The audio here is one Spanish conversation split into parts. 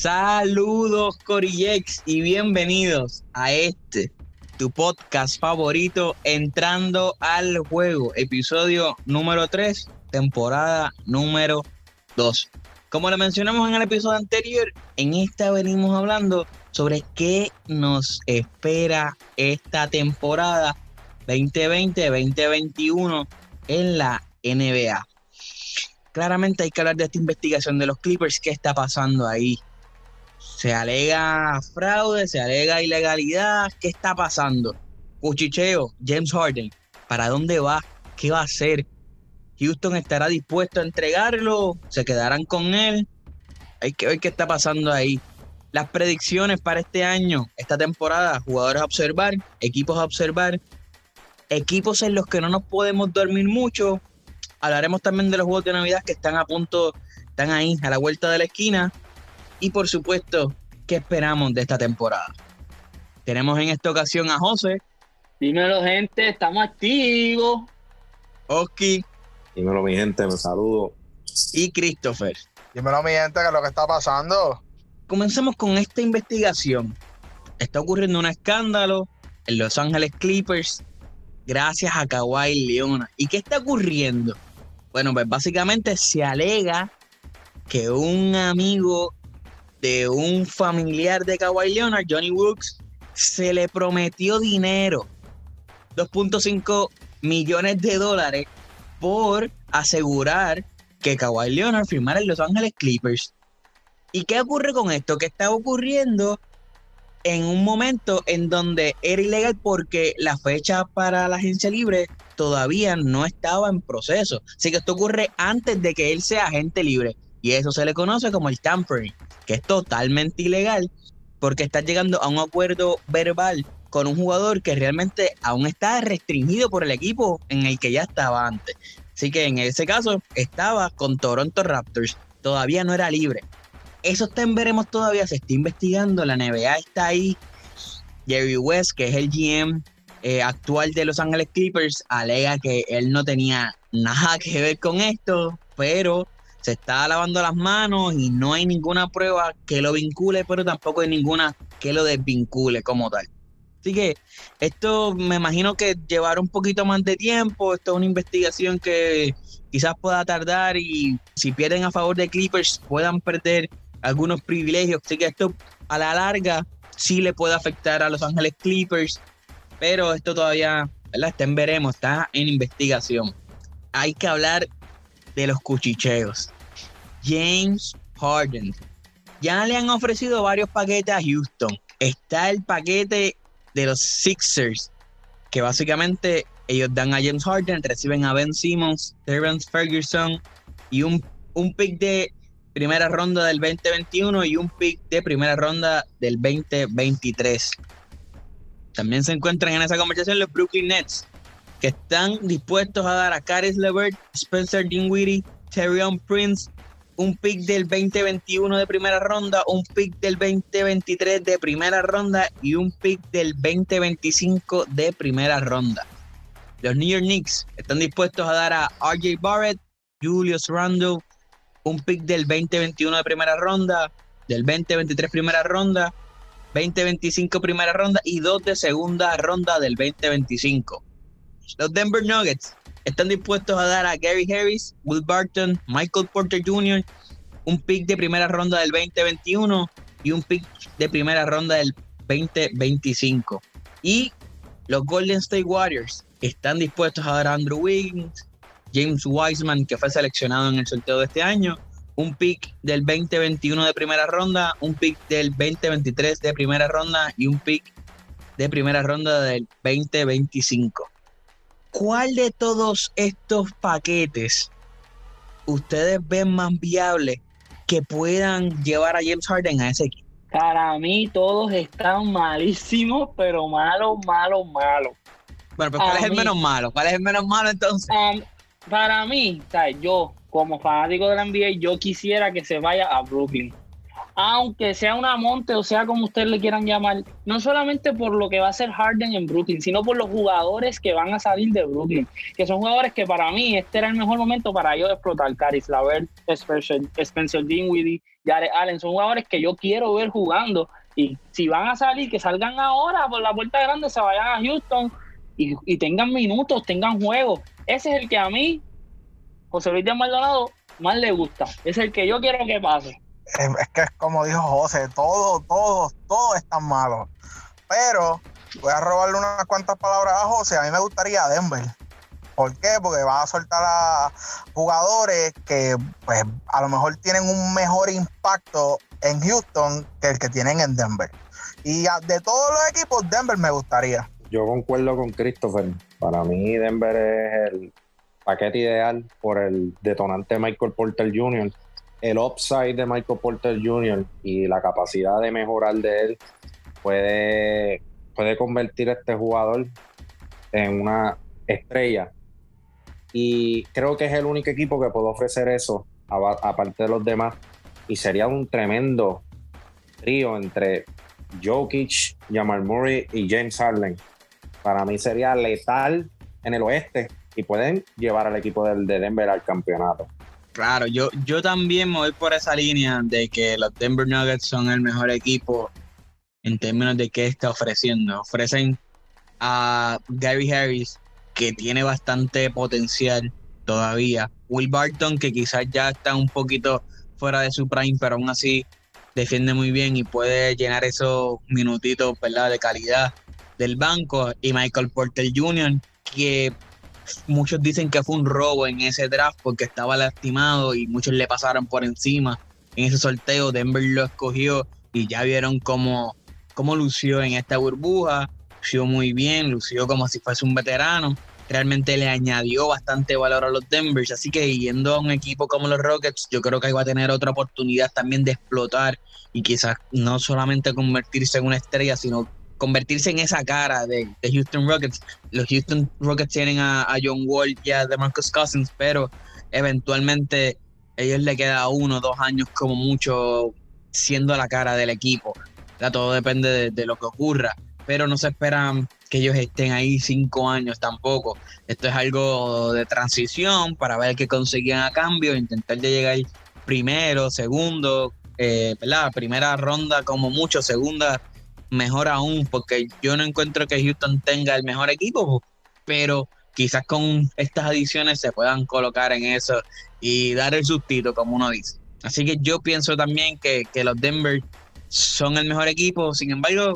Saludos Corillex y bienvenidos a tu podcast favorito, Entrando al Juego, episodio número 3, temporada número 2. Como lo mencionamos en el episodio anterior, en esta venimos hablando sobre qué nos espera esta temporada 2020-2021 en la NBA. Claramente hay que hablar de esta investigación de los Clippers. ¿Qué está pasando ahí? Se alega fraude, se alega ilegalidad. ¿Qué está pasando? Cuchicheo, James Harden. ¿Para dónde va? ¿Qué va a hacer? ¿Houston estará dispuesto a entregarlo? ¿Se quedarán con él? Hay que ver qué está pasando ahí. Las predicciones para este año, esta temporada, jugadores a observar, equipos a observar, equipos en los que no nos podemos dormir mucho. Hablaremos también de los juegos de Navidad que están a punto, están ahí a la vuelta de la esquina. Y por supuesto, ¿qué esperamos de esta temporada? Tenemos en esta ocasión a José. Dímelo, gente, estamos activos. Oski. Dímelo, mi gente, me saludo. Y Christopher. Dímelo, mi gente, ¿qué es lo que está pasando? Comencemos con esta investigación. Está ocurriendo un escándalo en Los Ángeles Clippers gracias a Kawhi Leonard. ¿Y qué está ocurriendo? Bueno, pues básicamente se alega que un amigo de un familiar de Kawhi Leonard, Johnny Wooks, se le prometió dinero, $2.5 millones, por asegurar que Kawhi Leonard firmara en Los Ángeles Clippers. ¿Y qué ocurre con esto? Que está ocurriendo en un momento en donde era ilegal porque la fecha para la agencia libre todavía no estaba en proceso. Así que esto ocurre antes de que él sea agente libre. Y eso se le conoce como el tampering, que es totalmente ilegal porque está llegando a un acuerdo verbal con un jugador que realmente aún está restringido por el equipo en el que ya estaba antes. Así que en ese caso estaba con Toronto Raptors, todavía no era libre. Eso está en veremos todavía, se está investigando, la NBA está ahí. Jerry West, que es el GM actual de Los Ángeles Clippers, alega que él no tenía nada que ver con esto, pero se está lavando las manos y no hay ninguna prueba que lo vincule, pero tampoco hay ninguna que lo desvincule como tal. Así que esto me imagino que llevará un poquito más de tiempo. Esto es una investigación que quizás pueda tardar y si pierden a favor de Clippers puedan perder algunos privilegios. Así que esto a la larga sí le puede afectar a Los Ángeles Clippers, pero esto todavía, ¿verdad?, está en veremos, está en investigación. Hay que hablar de los cuchicheos. James Harden. Ya le han ofrecido varios paquetes a Houston. Está el paquete de los Sixers, que básicamente ellos dan a James Harden, reciben a Ben Simmons, Terrence Ferguson y un pick de primera ronda del 2021 y un pick de primera ronda del 2023. También se encuentran en esa conversación los Brooklyn Nets, que están dispuestos a dar a Caris LeVert, Spencer Dinwiddie, Taurean Prince, un pick del 2021 de primera ronda, un pick del 2023 de primera ronda y un pick del 2025 de primera ronda. Los New York Knicks están dispuestos a dar a RJ Barrett, Julius Randle, un pick del 2021 de primera ronda, del 2023 primera ronda, 2025 primera ronda y 2 de segunda ronda del 2025. Los Denver Nuggets están dispuestos a dar a Gary Harris, Will Barton, Michael Porter Jr., un pick de primera ronda del 2021 y un pick de primera ronda del 2025. Y los Golden State Warriors están dispuestos a dar a Andrew Wiggins, James Wiseman, que fue seleccionado en el sorteo de este año, un pick del 2021 de primera ronda, un pick del 2023 de primera ronda y un pick de primera ronda del 2025. ¿Cuál de todos estos paquetes ustedes ven más viable que puedan llevar a James Harden a ese equipo? Para mí todos están malísimos, pero malos. Bueno, pues ¿cuál es el menos malo? ¿Cuál es el menos malo entonces? Para mí, o sea, yo como fanático de la NBA, yo quisiera que se vaya a Brooklyn. Aunque sea una monte o sea como ustedes le quieran llamar, no solamente por lo que va a hacer Harden en Brooklyn, sino por los jugadores que van a salir de Brooklyn, que son jugadores que para mí este era el mejor momento para ellos explotar. Caris LeVert, Spencer Dinwiddie, Jared Allen, son jugadores que yo quiero ver jugando. Y si van a salir, que salgan ahora por la puerta grande, se vayan a Houston y tengan minutos, tengan juegos. Ese es el que a mí, José Luis de Maldonado, más le gusta. Es el que yo quiero que pase. Es que es como dijo José, todo es tan malo. Pero voy a robarle unas cuantas palabras a José. A mí me gustaría Denver. ¿Por qué? Porque va a soltar a jugadores que pues a lo mejor tienen un mejor impacto en Houston que el que tienen en Denver. Y de todos los equipos, Denver me gustaría. Yo concuerdo con Christopher. Para mí Denver es el paquete ideal por el detonante de Michael Porter Jr., el upside de Michael Porter Jr. y la capacidad de mejorar de él puede convertir a este jugador en una estrella. Y creo que es el único equipo que puede ofrecer eso, aparte de los demás. Y sería un tremendo trío entre Jokic, Jamal Murray y James Harden. Para mí sería letal en el oeste y pueden llevar al equipo de Denver al campeonato. Claro, yo también me voy por esa línea de que los Denver Nuggets son el mejor equipo en términos de qué está ofreciendo. Ofrecen a Gary Harris, que tiene bastante potencial todavía. Will Barton, que quizás ya está un poquito fuera de su prime, pero aún así defiende muy bien y puede llenar esos minutitos, ¿verdad?, de calidad del banco. Y Michael Porter Jr., que muchos dicen que fue un robo en ese draft porque estaba lastimado y muchos le pasaron por encima en ese sorteo. Denver lo escogió y ya vieron cómo lució en esta burbuja. Lució muy bien, lució como si fuese un veterano. Realmente le añadió bastante valor a los Denvers, así que yendo a un equipo como los Rockets, yo creo que ahí va a tener otra oportunidad también de explotar y quizás no solamente convertirse en una estrella, sino convertirse en esa cara de Houston Rockets. Los Houston Rockets tienen a John Wall y a DeMarcus Cousins, pero eventualmente a ellos le queda 1 o 2 años como mucho siendo la cara del equipo. Ya todo depende de lo que ocurra, pero no se esperan que ellos estén ahí 5 años tampoco. Esto es algo de transición para ver qué conseguían a cambio, intentar de llegar primero, segundo, ¿verdad? Primera ronda como mucho, segunda mejor aún, porque yo no encuentro que Houston tenga el mejor equipo, pero quizás con estas adiciones se puedan colocar en eso y dar el sustito, como uno dice. Así que yo pienso también que los Denver son el mejor equipo. Sin embargo,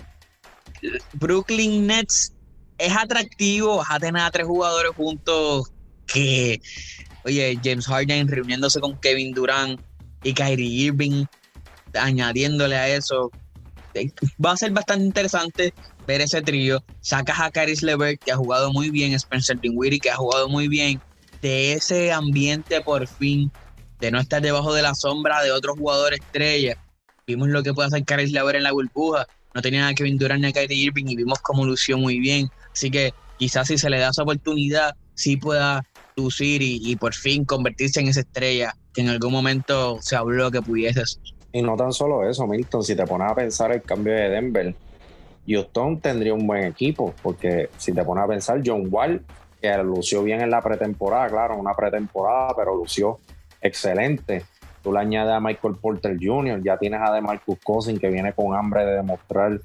Brooklyn Nets es atractivo, vas a tener a 3 jugadores juntos que, oye, James Harden reuniéndose con Kevin Durant y Kyrie Irving añadiéndole a eso. Va a ser bastante interesante ver ese trío. Sacas a Caris LeVert, que ha jugado muy bien, Spencer Dinwiddie, que ha jugado muy bien, de ese ambiente por fin, de no estar debajo de la sombra de otros jugadores estrellas. Vimos lo que puede hacer Caris LeVert en la burbuja. No tenía a Kevin Durant ni a Kyrie Irving y vimos cómo lució muy bien. Así que quizás si se le da esa oportunidad, sí pueda lucir y por fin convertirse en esa estrella que en algún momento se habló que pudiese ser. Y no tan solo eso, Milton, si te pones a pensar el cambio de Denver, Houston tendría un buen equipo, porque si te pones a pensar, John Wall, que lució bien en la pretemporada, claro, una pretemporada, pero lució excelente. Tú le añades a Michael Porter Jr., ya tienes a DeMarcus Cousins, que viene con hambre de demostrar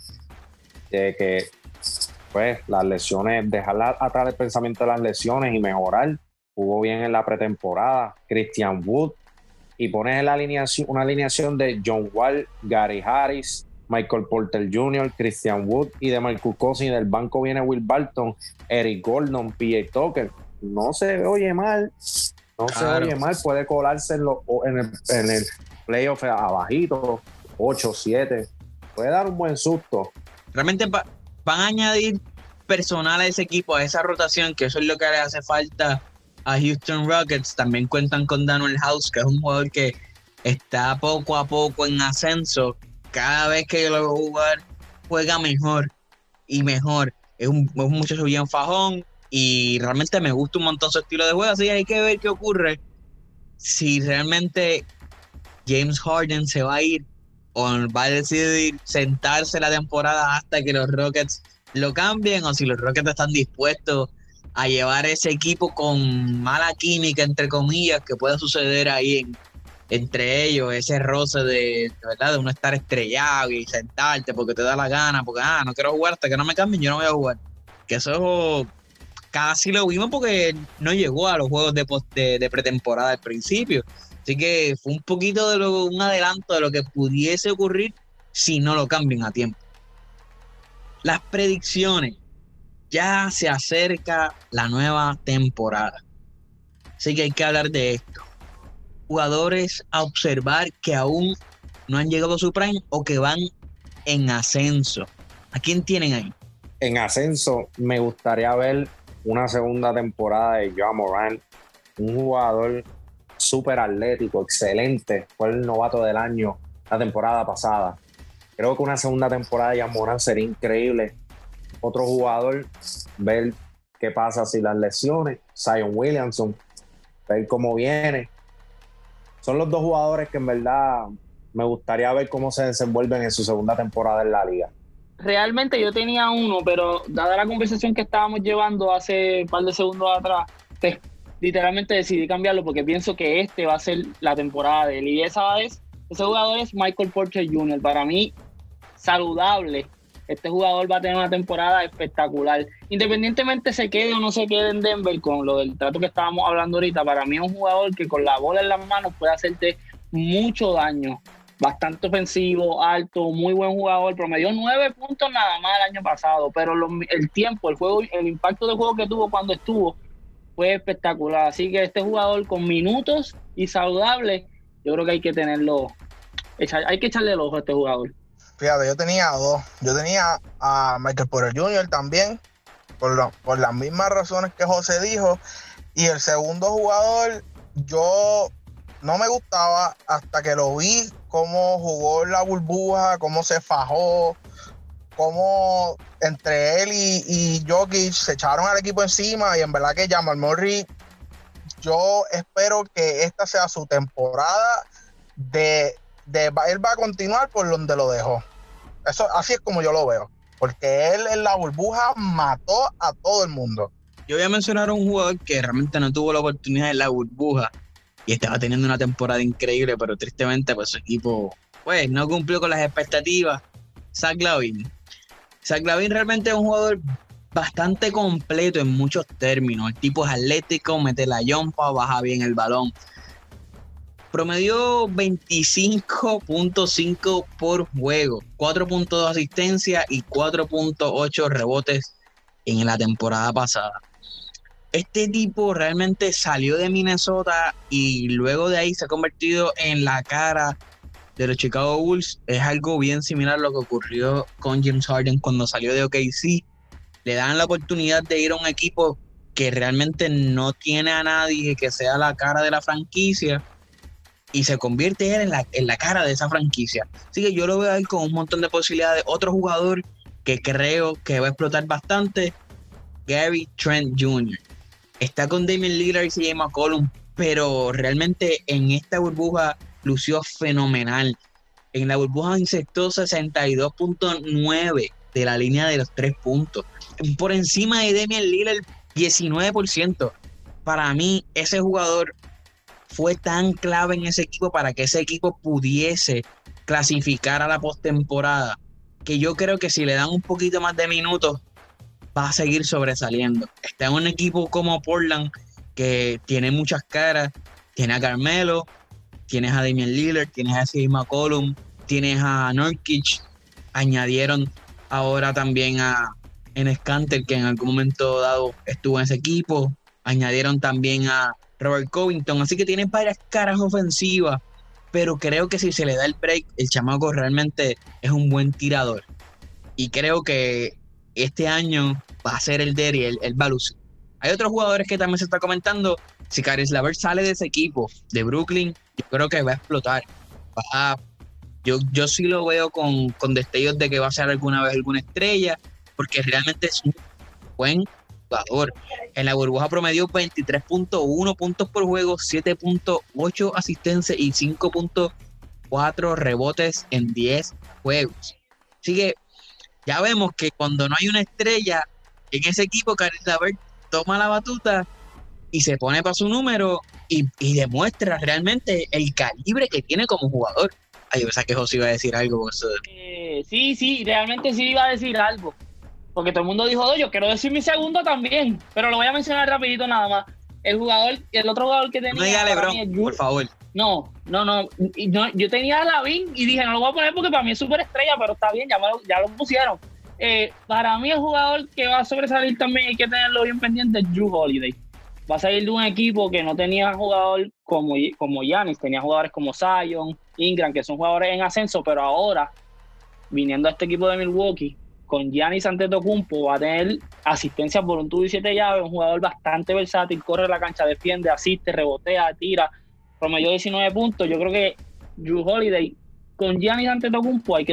que pues las lesiones, dejar atrás el pensamiento de las lesiones y mejorar. Jugó bien en la pretemporada. Christian Wood, y pones en la alineación, una alineación de John Wall, Gary Harris, Michael Porter Jr., Christian Wood y DeMarcus Cousins. Del banco viene Will Barton, Eric Gordon, PJ Tucker. No se oye mal. No claro. Se oye mal. Puede colarse en el playoff abajito, 8, 7. Puede dar un buen susto. Realmente van a añadir personal a ese equipo, a esa rotación, que eso es lo que le hace falta a Houston Rockets. También cuentan con Danuel House, que es un jugador que está poco a poco en ascenso. Cada vez que yo lo veo jugar, juega mejor y mejor. Es un muchacho bien fajón y realmente me gusta un montón su estilo de juego. Así que hay que ver qué ocurre si realmente James Harden se va a ir o va a decidir sentarse la temporada hasta que los Rockets lo cambien, o si los Rockets están dispuestos a llevar ese equipo con mala química, entre comillas, que pueda suceder ahí entre ellos, ese roce de verdad, de uno estar estrellado y sentarte porque te da la gana, porque no quiero jugar hasta que no me cambien, yo no voy a jugar. Que eso casi lo vimos porque no llegó a los juegos de pretemporada al principio. Así que fue un poquito un adelanto de lo que pudiese ocurrir si no lo cambian a tiempo. Las predicciones. Ya se acerca la nueva temporada. Así que hay que hablar de esto. Jugadores a observar que aún no han llegado a su prime o que van en ascenso. ¿A quién tienen ahí? En ascenso, me gustaría ver una segunda temporada de Ja Morant, un jugador súper atlético, excelente, fue el novato del año la temporada pasada. Creo que una segunda temporada de Ja Morant sería increíble. Otro jugador, ver qué pasa si las lesiones, Zion Williamson, ver cómo viene. Son los dos jugadores que en verdad me gustaría ver cómo se desenvuelven en su segunda temporada en la liga. Realmente yo tenía uno, pero dada la conversación que estábamos llevando hace un par de segundos atrás, pues, literalmente decidí cambiarlo porque pienso que este va a ser la temporada de él. Y ese jugador es Michael Porter Jr. Para mí, saludable. Este jugador va a tener una temporada espectacular. Independientemente se quede o no se quede en Denver, con lo del trato que estábamos hablando ahorita, para mí es un jugador que con la bola en las manos puede hacerte mucho daño. Bastante ofensivo, alto, muy buen jugador. Promedió 9 puntos nada más el año pasado, pero el tiempo, el juego, el impacto de juego que tuvo cuando estuvo fue espectacular. Así que este jugador con minutos y saludable, yo creo que hay que tenerlo, hay que echarle el ojo a este jugador. Fíjate, yo tenía dos. Yo tenía a Michael Porter Jr. también, por las mismas razones que José dijo. Y el segundo jugador, yo no me gustaba hasta que lo vi, cómo jugó en la burbuja, cómo se fajó, cómo entre él y Jokic se echaron al equipo encima. Y en verdad que Jamal Murray, yo espero que esta sea su temporada él va a continuar por donde lo dejó. Eso, así es como yo lo veo. Porque él en la burbuja mató a todo el mundo. Yo voy a mencionar a un jugador que realmente no tuvo la oportunidad en la burbuja y estaba teniendo una temporada increíble, pero tristemente pues su equipo pues no cumplió con las expectativas. Zach LaVine. Zach LaVine realmente es un jugador bastante completo en muchos términos. El tipo es atlético, mete la yompa, baja bien el balón. Promedió 25.5 por juego, 4.2 asistencias y 4.8 rebotes en la temporada pasada. Este tipo realmente salió de Minnesota y luego de ahí se ha convertido en la cara de los Chicago Bulls. Es algo bien similar a lo que ocurrió con James Harden cuando salió de OKC. Le dan la oportunidad de ir a un equipo que realmente no tiene a nadie que sea la cara de la franquicia y se convierte él en la cara de esa franquicia. Así que yo lo veo a él con un montón de posibilidades. Otro jugador que creo que va a explotar bastante, Gary Trent Jr. Está con Damian Lillard y CJ McCollum, pero realmente en esta burbuja lució fenomenal. En la burbuja insertó 62.9 de la línea de los 3 puntos. Por encima de Damian Lillard, 19%. Para mí, ese jugador fue tan clave en ese equipo para que ese equipo pudiese clasificar a la postemporada, que yo creo que si le dan un poquito más de minutos va a seguir sobresaliendo. Está en un equipo como Portland que tiene muchas caras, tiene a Carmelo, tienes a Damian Lillard, tienes a CJ McCollum, tienes a Nurkic, añadieron ahora también a Enes Kanter, que en algún momento dado estuvo en ese equipo, añadieron también a Robert Covington, así que tiene varias caras ofensivas, pero creo que si se le da el break, el chamaco realmente es un buen tirador. Y creo que este año va a ser el de él, el va a lucir. Hay otros jugadores que también se está comentando. Si Caris LeVert sale de ese equipo de Brooklyn, yo creo que va a explotar. Yo sí lo veo con destellos de que va a ser alguna vez alguna estrella, porque realmente es un buen jugador. En la burbuja promedió 23.1 puntos por juego, 7.8 asistencias y 5.4 rebotes en 10 juegos. Así que ya vemos que cuando no hay una estrella en ese equipo, Caris LeVert toma la batuta y se pone para su número y demuestra realmente el calibre que tiene como jugador. Ay, yo pensaba que José iba a decir algo con eso. Sí, realmente sí iba a decir algo. Porque todo el mundo dijo, yo quiero decir mi segundo también, pero lo voy a mencionar rapidito nada más. El otro jugador que tenía... No diga LeBron, por favor. No. Yo tenía a Lavin y dije, no lo voy a poner porque para mí es súper estrella, pero está bien, ya lo pusieron. Para mí el jugador que va a sobresalir también, hay que tenerlo bien pendiente, es Jrue Holiday. Va a salir de un equipo que no tenía jugador como Giannis, tenía jugadores como Zion, Ingram, que son jugadores en ascenso, pero ahora, viniendo a este equipo de Milwaukee, con Giannis Antetokounmpo, va a tener asistencia por un tubo y 7 llaves, un jugador bastante versátil, corre la cancha, defiende, asiste, rebotea, tira, promedió 19 puntos. Yo creo que Jrue Holiday con Giannis Antetokounmpo hay que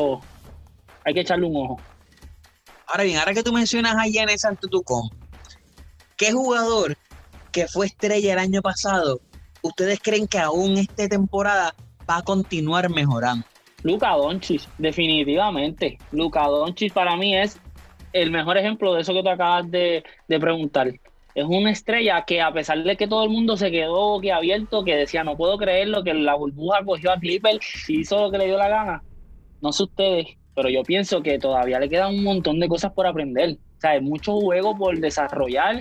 echarle un ojo. Ahora bien, ahora que tú mencionas a Giannis Antetokounmpo, ¿qué jugador que fue estrella el año pasado, ustedes creen que aún esta temporada va a continuar mejorando? Luka Doncic, definitivamente. Luka Doncic para mí es el mejor ejemplo de eso que tú acabas de preguntar. Es una estrella que, a pesar de que todo el mundo se quedó abierto, que decía, no puedo creerlo, que la burbuja cogió a Clippers y hizo lo que le dio la gana. No sé ustedes, pero yo pienso que todavía le quedan un montón de cosas por aprender. O sea, hay mucho juego por desarrollar.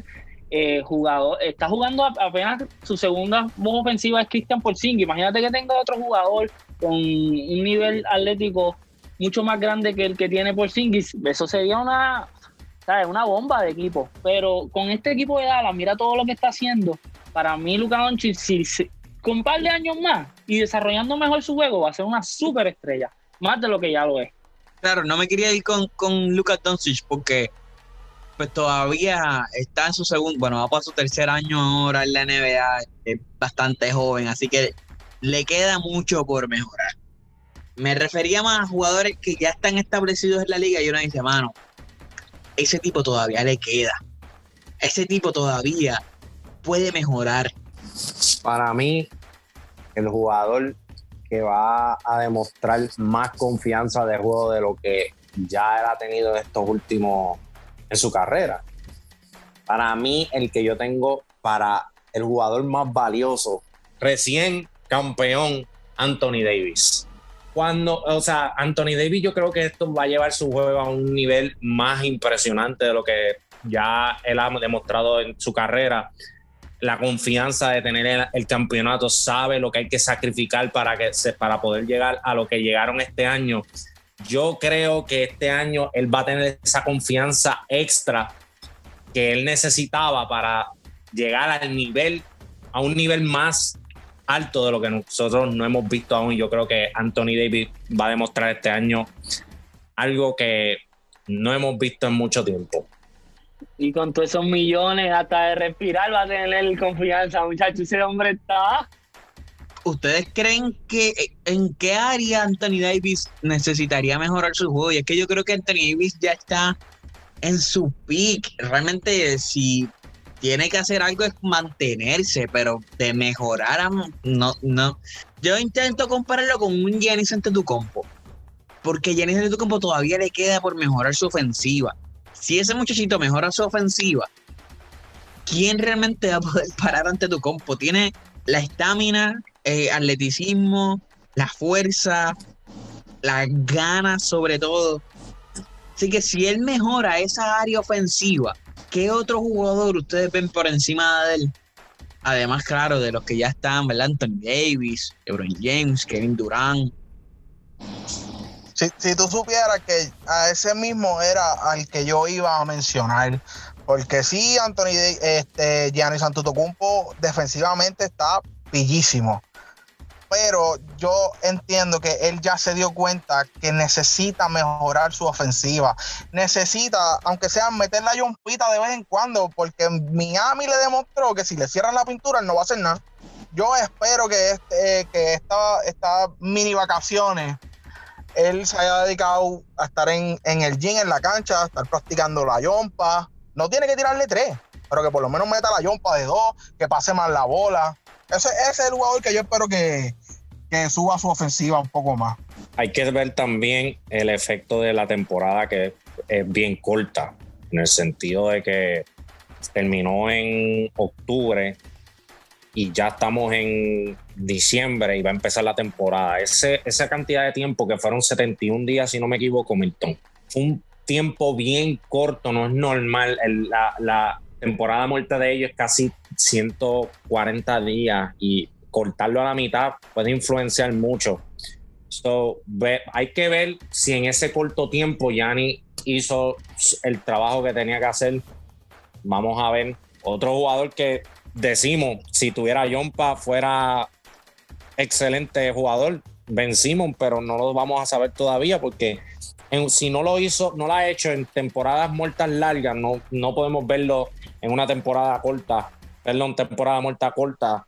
Está jugando apenas su segunda voz ofensiva es Christian Porzingis. Imagínate que tenga otro jugador con un nivel atlético mucho más grande que el que tiene Porzingis. Eso sería una bomba de equipo. Pero con este equipo de Dallas, mira todo lo que está haciendo. Para mí, Luka Doncic, con un par de años más y desarrollando mejor su juego, va a ser una súper estrella, más de lo que ya lo es. Claro, no me quería ir con Luka Doncic porque pues todavía está en su segundo, bueno, va para su tercer año ahora en la NBA, es bastante joven, así que le queda mucho por mejorar. Me refería más a jugadores que ya están establecidos en la liga y uno dice, mano, ese tipo todavía le queda, ese tipo todavía puede mejorar. Para mí, el jugador que va a demostrar más confianza de juego de lo que ya él ha tenido en su carrera. Para mí, el que yo tengo para el jugador más valioso, recién campeón, Anthony Davis. Anthony Davis, yo creo que esto va a llevar su juego a un nivel más impresionante de lo que ya él ha demostrado en su carrera. La confianza de tener el campeonato, sabe lo que hay que sacrificar para poder llegar a lo que llegaron este año. Yo creo que este año él va a tener esa confianza extra que él necesitaba para llegar a un nivel más alto de lo que nosotros no hemos visto aún. Yo creo que Anthony Davis va a demostrar este año algo que no hemos visto en mucho tiempo. Y con todos esos millones, hasta de respirar va a tener confianza, muchachos. Ese hombre está... ¿Ustedes creen que en qué área Anthony Davis necesitaría mejorar su juego? Y es que yo creo que Anthony Davis ya está en su peak. Realmente, si tiene que hacer algo es mantenerse, pero de mejorar, no. Yo intento compararlo con un Giannis Antetokounmpo, porque Giannis Antetokounmpo todavía le queda por mejorar su ofensiva. Si ese muchachito mejora su ofensiva, ¿quién realmente va a poder parar ante Antetokounmpo? Tiene la estamina, atleticismo, la fuerza, las ganas sobre todo. Así que si él mejora esa área ofensiva, ¿qué otro jugador ustedes ven por encima de él? Además, claro, de los que ya están, ¿verdad? Anthony Davis, LeBron James, Kevin Durant. Si tú supieras que a ese mismo era al que yo iba a mencionar, porque sí, Giannis Antetokounmpo defensivamente está pillísimo, pero yo entiendo que él ya se dio cuenta que necesita mejorar su ofensiva, necesita, aunque sea meter la yompita de vez en cuando, porque Miami le demostró que si le cierran la pintura él no va a hacer nada. Yo espero que estas mini vacaciones él se haya dedicado a estar en el gym, en la cancha, a estar practicando la yompa. No tiene que tirarle 3, pero que por lo menos meta la yompa de 2, que pase más la bola. Ese es el jugador que yo espero que suba su ofensiva un poco más. Hay que ver también el efecto de la temporada, que es bien corta, en el sentido de que terminó en octubre y ya estamos en diciembre y va a empezar la temporada. Esa cantidad de tiempo, que fueron 71 días, si no me equivoco, Milton, fue un tiempo bien corto, no es normal. La temporada muerta de ellos es casi 140 días y cortarlo a la mitad puede influenciar mucho. Hay que ver si en ese corto tiempo Giannis hizo el trabajo que tenía que hacer. Vamos a ver. Otro jugador que decimos, si tuviera Jompa, fuera excelente jugador, Ben Simmons, pero no lo vamos a saber todavía porque si no lo hizo, no lo ha hecho en temporadas muertas largas, no podemos verlo en una temporada corta, verlo en temporada muerta corta,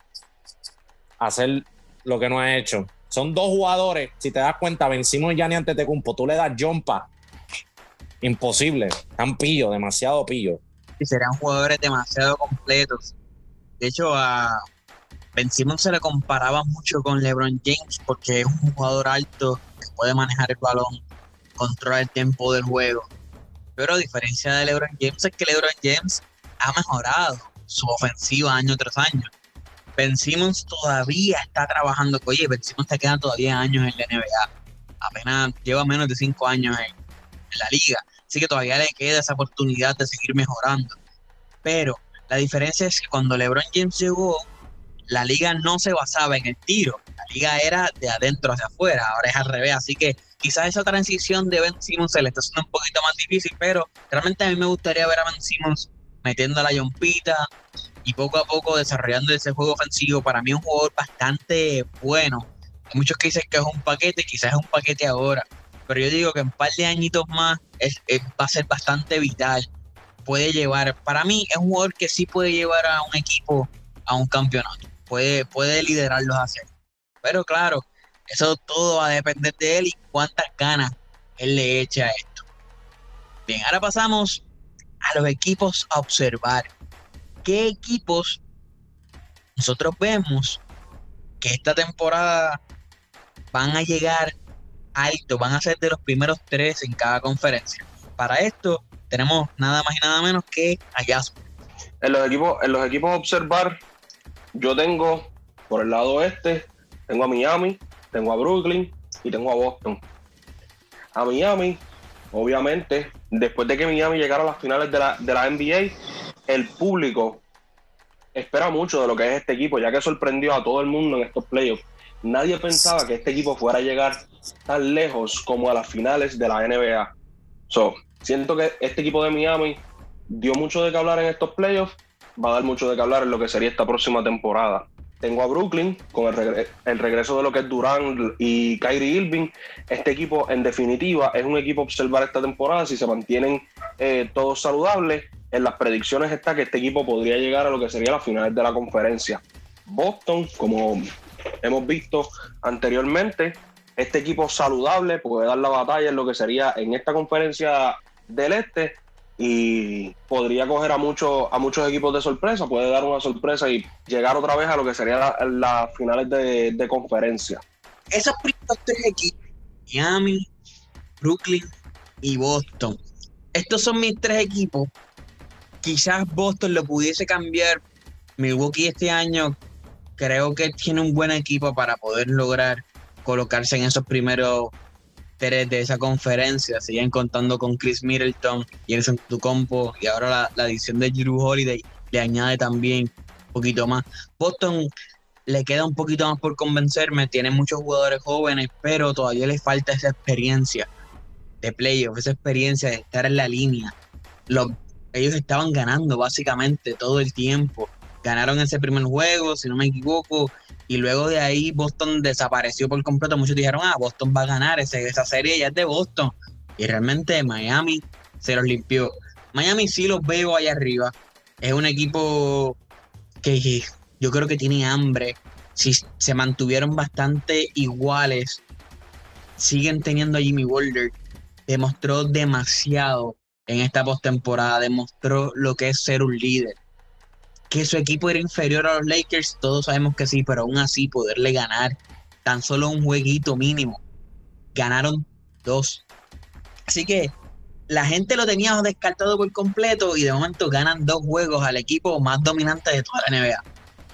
hacer lo que no ha hecho. Son dos jugadores, si te das cuenta, Ben Simmons y Giannis Antetokounmpo, tú le das Jompa, imposible, tan pillo, demasiado pillo. Y serían jugadores demasiado completos. De hecho, a Ben Simmons se le comparaba mucho con LeBron James porque es un jugador alto que puede manejar el balón, controla el tiempo del juego. Pero a diferencia de LeBron James, es que LeBron James ha mejorado su ofensiva año tras año. Ben Simmons todavía está trabajando. Oye, Ben Simmons te quedan todavía años en la NBA. Apenas lleva menos de 5 años en la liga. Así que todavía le queda esa oportunidad de seguir mejorando. Pero la diferencia es que cuando LeBron James llegó, la liga no se basaba en el tiro. La liga era de adentro hacia afuera. Ahora es al revés. Así que quizás esa transición de Ben Simmons se le está haciendo un poquito más difícil. Pero realmente a mí me gustaría ver a Ben Simmons metiendo la yompita y poco a poco desarrollando ese juego ofensivo. Para mí es un jugador bastante bueno. Hay muchos que dicen que es un paquete. Quizás es un paquete ahora. Pero yo digo que en un par de añitos más va a ser bastante vital. Puede llevar, para mí es un jugador que sí puede llevar a un equipo a un campeonato. Puede liderarlos hacia él. Pero claro, eso todo va a depender de él y cuántas ganas él le eche a esto. Bien, ahora pasamos a los equipos a observar. ¿Qué equipos nosotros vemos que esta temporada van a llegar alto, van a ser de los primeros 3 en cada conferencia? Para esto tenemos nada más y nada menos que a Jasper. En los equipos a observar, yo tengo por el lado oeste, tengo a Miami, tengo a Brooklyn y tengo a Boston. A Miami, obviamente, después de que Miami llegara a las finales de la NBA, el público espera mucho de lo que es este equipo, ya que sorprendió a todo el mundo en estos playoffs. Nadie pensaba que este equipo fuera a llegar tan lejos como a las finales de la NBA. Siento que este equipo de Miami dio mucho de qué hablar en estos playoffs, va a dar mucho de qué hablar en lo que sería esta próxima temporada. Tengo a Brooklyn con el regreso de lo que es Durant y Kyrie Irving. Este equipo, en definitiva, es un equipo a observar esta temporada. Si se mantienen todos saludables, en las predicciones está que este equipo podría llegar a lo que sería las finales de la conferencia. Boston, como hemos visto anteriormente, este equipo saludable puede dar la batalla en lo que sería en esta conferencia del este y podría coger a muchos equipos de sorpresa, puede dar una sorpresa y llegar otra vez a lo que serían las finales de conferencia. Esos primeros 3 equipos, Miami, Brooklyn y Boston, estos son mis 3 equipos. Quizás Boston lo pudiese cambiar. Milwaukee este año creo que tiene un buen equipo para poder lograr colocarse en esos primeros 3 de esa conferencia. Siguen contando con Chris Middleton y Giannis Antetokounmpo, y ahora la adición de Jrue Holiday le añade también un poquito más. Boston le queda un poquito más por convencerme, tiene muchos jugadores jóvenes, pero todavía les falta esa experiencia de playoff, esa experiencia de estar en la línea. Ellos estaban ganando básicamente todo el tiempo. Ganaron ese primer juego, si no me equivoco, y luego de ahí Boston desapareció por completo. Muchos dijeron, Boston va a ganar, esa serie ya es de Boston. Y realmente Miami se los limpió. Miami sí los veo allá arriba. Es un equipo que yo creo que tiene hambre. Si se mantuvieron bastante iguales, siguen teniendo a Jimmy Butler. Demostró demasiado en esta postemporada. Demostró lo que es ser un líder. Que su equipo era inferior a los Lakers, todos sabemos que sí, pero aún así poderle ganar tan solo un jueguito mínimo. Ganaron 2. Así que la gente lo tenía descartado por completo y de momento ganan 2 juegos al equipo más dominante de toda la NBA.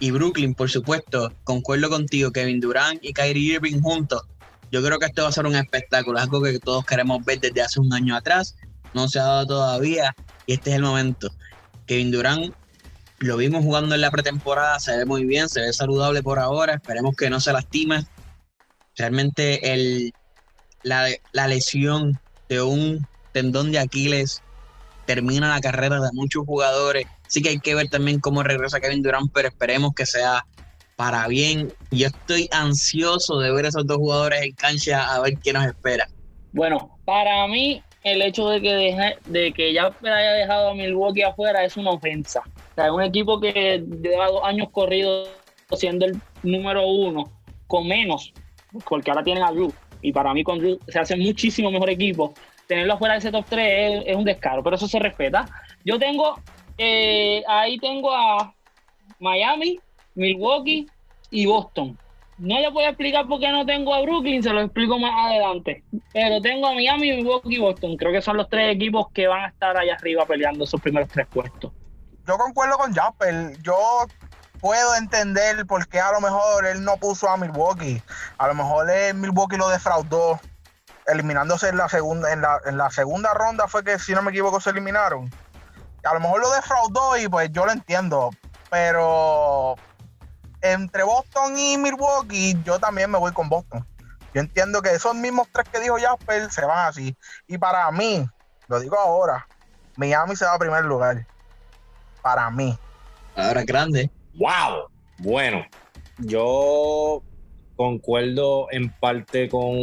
y Brooklyn, por supuesto, concuerdo contigo, Kevin Durant y Kyrie Irving juntos. Yo creo que esto va a ser un espectáculo, es algo que todos queremos ver desde hace un año atrás, no se ha dado todavía y este es el momento. Kevin Durant lo vimos jugando en la pretemporada, se ve muy bien, se ve saludable por ahora, esperemos que no se lastime. Realmente la lesión de un tendón de Aquiles termina la carrera de muchos jugadores, sí que hay que ver también cómo regresa Kevin Durant, pero esperemos que sea para bien. Yo estoy ansioso de ver a esos dos jugadores en cancha a ver qué nos espera. Bueno, para mí el hecho de que ya haya dejado a Milwaukee afuera es una ofensa. O sea, es un equipo que lleva 2 años corridos siendo el número 1 con menos, porque ahora tienen a Drew, y para mí con Drew se hace muchísimo mejor equipo. Tenerlo afuera de ese top 3 es un descaro, pero eso se respeta. Yo tengo ahí tengo a Miami, Milwaukee y Boston. No les voy a explicar por qué no tengo a Brooklyn, se lo explico más adelante. Pero tengo a Miami, Milwaukee y Boston. Creo que son los 3 equipos que van a estar allá arriba peleando esos primeros 3 puestos. Yo concuerdo con Jasper. Yo puedo entender por qué a lo mejor él no puso a Milwaukee. A lo mejor Milwaukee lo defraudó, eliminándose en la segunda ronda. Fue que, si no me equivoco, se eliminaron. A lo mejor lo defraudó y pues yo lo entiendo. Pero entre Boston y Milwaukee, yo también me voy con Boston. Yo entiendo que esos mismos 3 que dijo Jasper se van así. Y para mí, lo digo ahora, Miami se va a primer lugar. Para mí. Ahora grande. ¡Wow! Bueno, yo concuerdo en parte con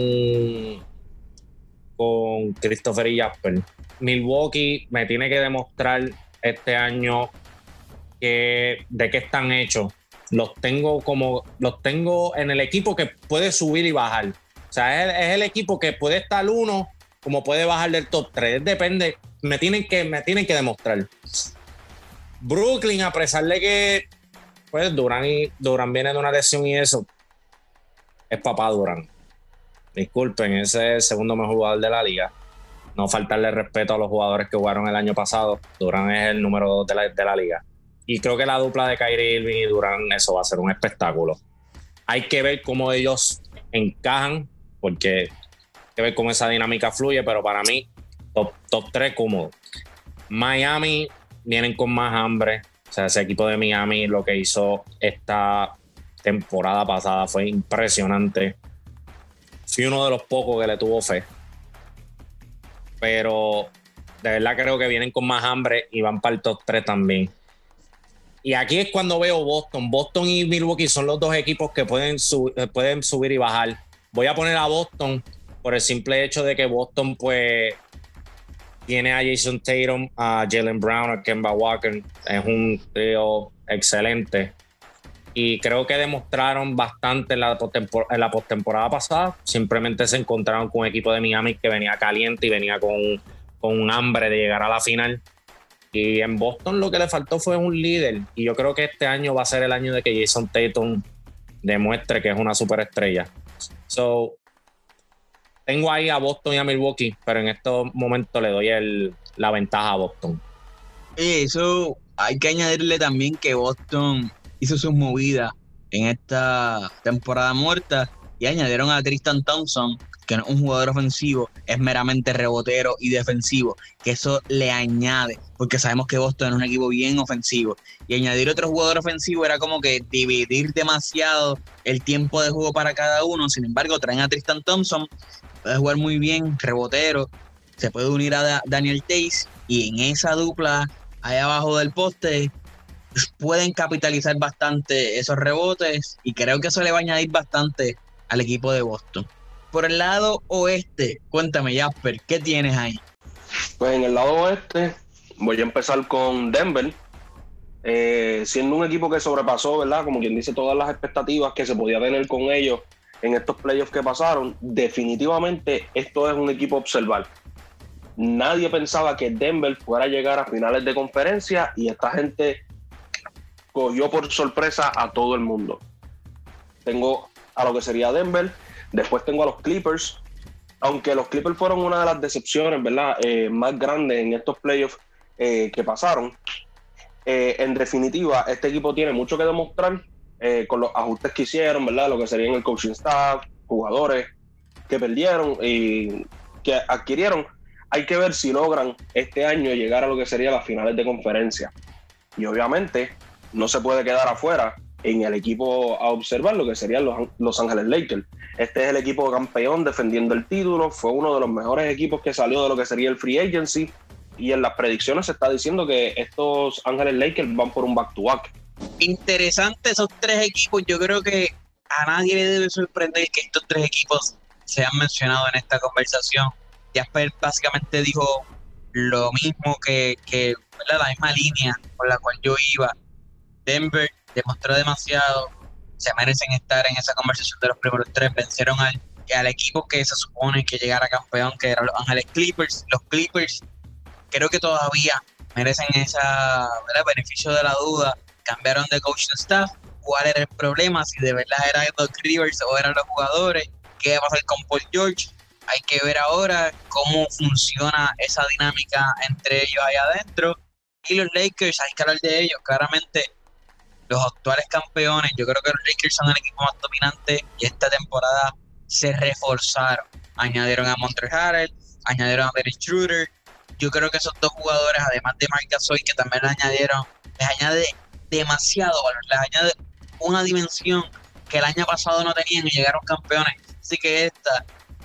Christopher y Jasper. Milwaukee me tiene que demostrar este año de qué están hechos. Los tengo en el equipo que puede subir y bajar. O sea, es el equipo que puede estar 1 como puede bajar del top 3. Depende. Me tienen que demostrar. Brooklyn, a pesar de que pues Durant viene de una lesión y eso, es papá Durant. Disculpen, ese es el segundo mejor jugador de la liga. No faltarle respeto a los jugadores que jugaron el año pasado. Durant es el número 2 de la liga. Y creo que la dupla de Kyrie Irving y Durant, eso va a ser un espectáculo. Hay que ver cómo ellos encajan, porque hay que ver cómo esa dinámica fluye, pero para mí, top 3 cómodo. Miami vienen con más hambre. O sea, ese equipo de Miami, lo que hizo esta temporada pasada fue impresionante. Fui uno de los pocos que le tuvo fe. Pero de verdad creo que vienen con más hambre y van para el top 3 también. Y aquí es cuando veo Boston. Boston y Milwaukee son los 2 equipos que pueden subir y bajar. Voy a poner a Boston por el simple hecho de que Boston pues tiene a Jason Tatum, a Jaylen Brown, a Kemba Walker. Es un trío excelente. Y creo que demostraron bastante en la postemporada pasada. Simplemente se encontraron con un equipo de Miami que venía caliente y venía con un hambre de llegar a la final. Y en Boston lo que le faltó fue un líder. Y yo creo que este año va a ser el año de que Jason Tatum demuestre que es una superestrella. So, tengo ahí a Boston y a Milwaukee, pero en estos momentos le doy la ventaja a Boston. Y eso hay que añadirle también que Boston hizo sus movidas en esta temporada muerta y añadieron a Tristan Thompson, que no es un jugador ofensivo, es meramente rebotero y defensivo, que eso le añade, porque sabemos que Boston es un equipo bien ofensivo, y añadir otro jugador ofensivo era como que dividir demasiado el tiempo de juego para cada uno. Sin embargo, traen a Tristan Thompson, puede jugar muy bien, rebotero, se puede unir a Daniel Theis, y en esa dupla, ahí abajo del poste, pueden capitalizar bastante esos rebotes, y creo que eso le va a añadir bastante al equipo de Boston. Por el lado oeste, cuéntame, Jasper, ¿qué tienes ahí? Pues en el lado oeste voy a empezar con Denver, siendo un equipo que sobrepasó, ¿verdad? Como quien dice, todas las expectativas que se podía tener con ellos en estos playoffs que pasaron. Definitivamente esto es un equipo a observar. Nadie pensaba que Denver fuera a llegar a finales de conferencia y esta gente cogió por sorpresa a todo el mundo. Tengo a lo que sería Denver, después tengo a los Clippers, aunque los Clippers fueron una de las decepciones, ¿verdad? Más grandes en estos playoffs que pasaron. En definitiva, este equipo tiene mucho que demostrar con los ajustes que hicieron, ¿verdad? Lo que serían el coaching staff, jugadores que perdieron y que adquirieron. Hay que ver si logran este año llegar a lo que serían las finales de conferencia. Y obviamente no se puede quedar afuera en el equipo a observar lo que serían los Ángeles Lakers. Este es el equipo campeón defendiendo el título, fue uno de los mejores equipos que salió de lo que sería el free agency, y en las predicciones se está diciendo que estos Ángeles Lakers van por un back-to-back. Interesante esos tres equipos. Yo creo que a nadie le debe sorprender que estos tres equipos sean mencionados en esta conversación. Jasper básicamente dijo lo mismo que ¿verdad? La misma línea con la cual yo iba. Denver demostró demasiado, se merecen estar en esa conversación de los primeros tres. Vencieron al equipo que se supone que llegara campeón, que eran los Ángeles Clippers. Los Clippers creo que todavía merecen esa, ¿verdad? Beneficio de la duda. Cambiaron de coaching staff. ¿Cuál era el problema? Si de verdad eran los Rivers o eran los jugadores. ¿Qué va a pasar con Paul George? Hay que ver ahora cómo funciona esa dinámica entre ellos ahí adentro. Y los Lakers, hay que hablar de ellos. Claramente, los actuales campeones, yo creo que los Lakers son el equipo más dominante y esta temporada se reforzaron. Añadieron a Montrezl Harrell, añadieron a Dennis Schroeder. Yo creo que esos dos jugadores, además de Marc Gasol, que también le añadieron, les añade demasiado valor, les añade una dimensión que el año pasado no tenían y llegaron campeones. Así que esta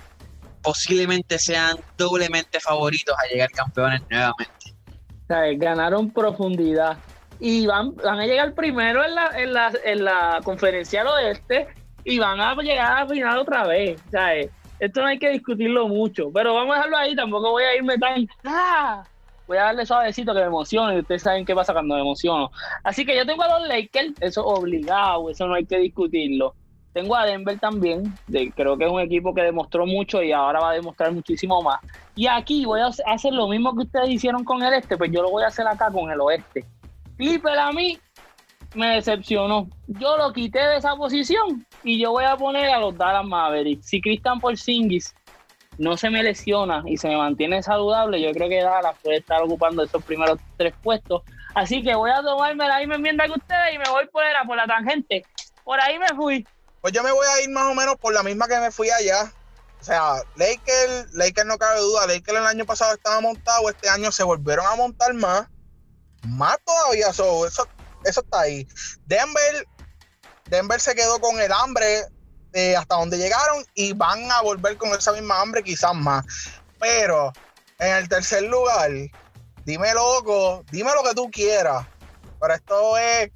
posiblemente sean doblemente favoritos a llegar campeones nuevamente. O sea, ganaron profundidad y van a llegar primero en la conferencia del oeste y van a llegar a la final otra vez. O sea, esto no hay que discutirlo mucho, pero vamos a dejarlo ahí. Tampoco voy a irme tan voy a darle suavecito que me emocione, y ustedes saben qué pasa cuando me emociono. Así que yo tengo a los Lakers, eso obligado, eso no hay que discutirlo. Tengo a Denver también, creo que es un equipo que demostró mucho y ahora va a demostrar muchísimo más. Y aquí voy a hacer lo mismo que ustedes hicieron con el este, pues yo lo voy a hacer acá con el oeste. Clipper a mí me decepcionó. Yo lo quité de esa posición y yo voy a poner a los Dallas Mavericks. Si Kristaps Porzingis no se me lesiona y se me mantiene saludable, yo creo que Dallas puede estar ocupando esos primeros 3 puestos. Así que voy a tomarme la misma enmienda que ustedes y me voy por la tangente. Por ahí me fui. Pues yo me voy a ir más o menos por la misma que me fui allá. O sea, Lakers no cabe duda. Lakers el año pasado estaba montado, este año se volvieron a montar más todavía. Eso está ahí. Denver se quedó con el hambre hasta donde llegaron y van a volver con esa misma hambre, quizás más. Pero en el tercer lugar, dime loco, dime lo que tú quieras. Pero esto es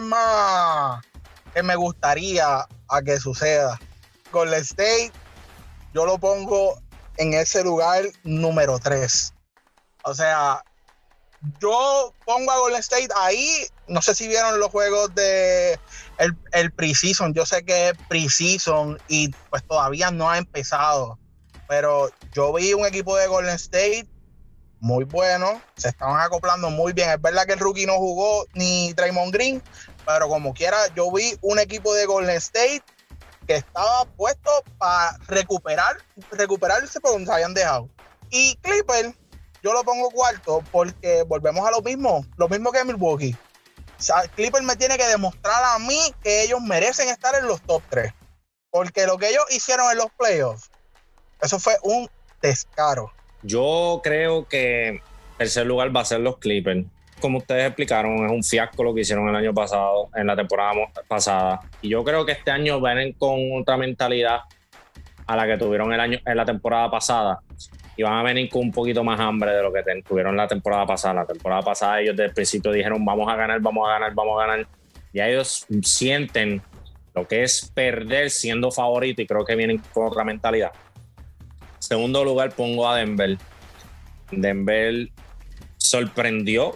más que me gustaría a que suceda. Golden State, yo lo pongo en ese lugar número 3. O sea, yo pongo a Golden State ahí. No sé si vieron los juegos de el pre-season. Yo sé que es pre-season y pues todavía no ha empezado. Pero yo vi un equipo de Golden State muy bueno. Se estaban acoplando muy bien. Es verdad que el rookie no jugó ni Draymond Green, pero como quiera, yo vi un equipo de Golden State que estaba puesto para recuperarse por donde se habían dejado. Y Clipper, yo lo pongo cuarto porque volvemos a lo mismo que Milwaukee. O sea, Clipper me tiene que demostrar a mí que ellos merecen estar en los top 3. Porque lo que ellos hicieron en los playoffs, eso fue un descaro. Yo creo que tercer lugar va a ser los Clippers. Como ustedes explicaron, es un fiasco lo que hicieron el año pasado, en la temporada pasada. Y yo creo que este año vienen con otra mentalidad a la que tuvieron en la temporada pasada. Y van a venir con un poquito más hambre de lo que tuvieron la temporada pasada. La temporada pasada ellos desde el principio dijeron vamos a ganar. Y ellos sienten lo que es perder siendo favorito y creo que vienen con otra mentalidad. Segundo lugar pongo a Denver. Denver sorprendió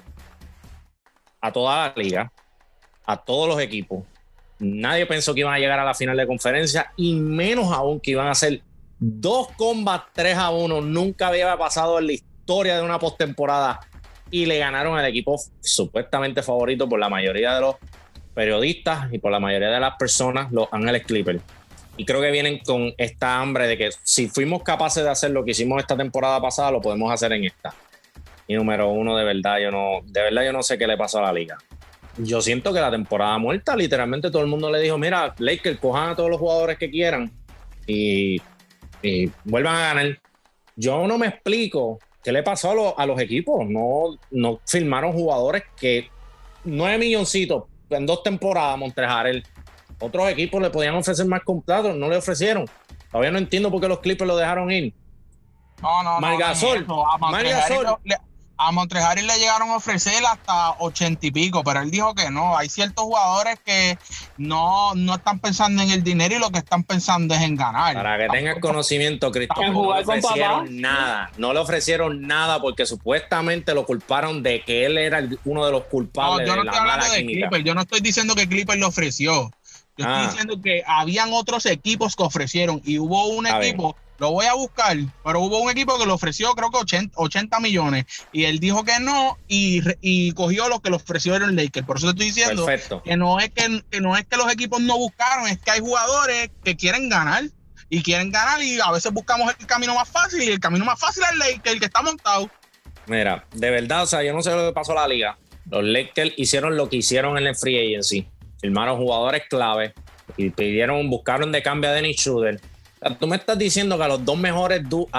a toda la liga, a todos los equipos. Nadie pensó que iban a llegar a la final de conferencia y menos aún que iban a hacer 2 combats 3-1. Nunca había pasado en la historia de una postemporada y le ganaron al equipo supuestamente favorito por la mayoría de los periodistas y por la mayoría de las personas, los Ángeles Clippers. Y creo que vienen con esta hambre de que si fuimos capaces de hacer lo que hicimos esta temporada pasada, lo podemos hacer en esta. Y número uno, de verdad yo no sé qué le pasó a la liga. Yo siento que la temporada muerta, literalmente todo el mundo le dijo, mira, Lakers, cojan a todos los jugadores que quieran y vuelvan a ganar. Yo no me explico qué le pasó a los equipos. No firmaron jugadores que 9 milloncitos en 2 temporadas, Montrezl. Otros equipos le podían ofrecer más contratos, no le ofrecieron. Todavía no entiendo por qué los Clippers lo dejaron ir. Margasol. A Montrezl le llegaron a ofrecer hasta 80 y pico, pero él dijo que no. Hay ciertos jugadores que no están pensando en el dinero y lo que están pensando es en ganar. Para que tengas conocimiento, Cristóbal, no le ofrecieron nada. No le ofrecieron nada porque supuestamente lo culparon de que él era uno de los culpables de la mala química. Clipper. Yo no estoy diciendo que Clipper lo ofreció. Yo estoy diciendo que habían otros equipos que ofrecieron y hubo un equipo, lo voy a buscar, pero hubo un equipo que le ofreció creo que 80 millones y él dijo que no y cogió lo que le ofrecieron Lakers. Por eso te estoy diciendo que no es que los equipos no buscaron, es que hay jugadores que quieren ganar y a veces buscamos el camino más fácil y el camino más fácil es el Lakers, el que está montado. Mira, de verdad, o sea, yo no sé lo que pasó a la liga. Los Lakers hicieron lo que hicieron en el free agency. Firmaron jugadores clave y buscaron de cambio a Dennis Schroeder. O sea, tú me estás diciendo que a los dos mejores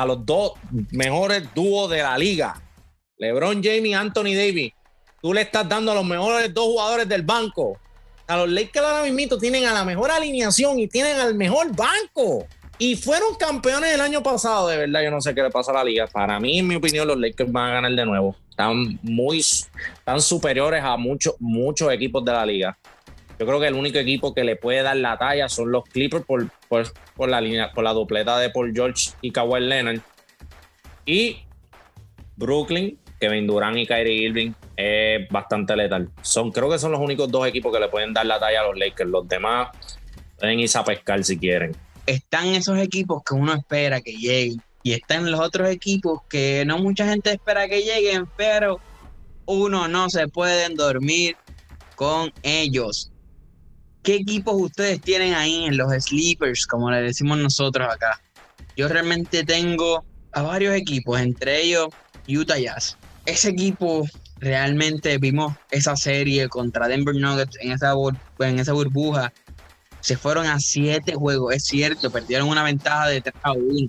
dúos de la liga, LeBron James y Anthony Davis, tú le estás dando a los mejores 2 jugadores del banco. A los Lakers ahora mismo tienen a la mejor alineación y tienen al mejor banco. Y fueron campeones el año pasado. De verdad, yo no sé qué le pasa a la liga. Para mí, en mi opinión, los Lakers van a ganar de nuevo. Están superiores a muchos equipos de la liga. Yo creo que el único equipo que le puede dar la talla son los Clippers por la dupleta de Paul George y Kawhi Leonard. Y Brooklyn, Kevin Durant y Kyrie Irving, es bastante letal. Creo que son los únicos 2 equipos que le pueden dar la talla a los Lakers. Los demás pueden irse a pescar si quieren. Están esos equipos que uno espera que lleguen y están los otros equipos que no mucha gente espera que lleguen, pero uno no se puede dormir con ellos. ¿Qué equipos ustedes tienen ahí en los sleepers, como le decimos nosotros acá? Yo realmente tengo a varios equipos, entre ellos Utah Jazz. Ese equipo, realmente vimos esa serie contra Denver Nuggets en esa burbuja. Se fueron a 7 juegos, es cierto, perdieron una ventaja de 3-1.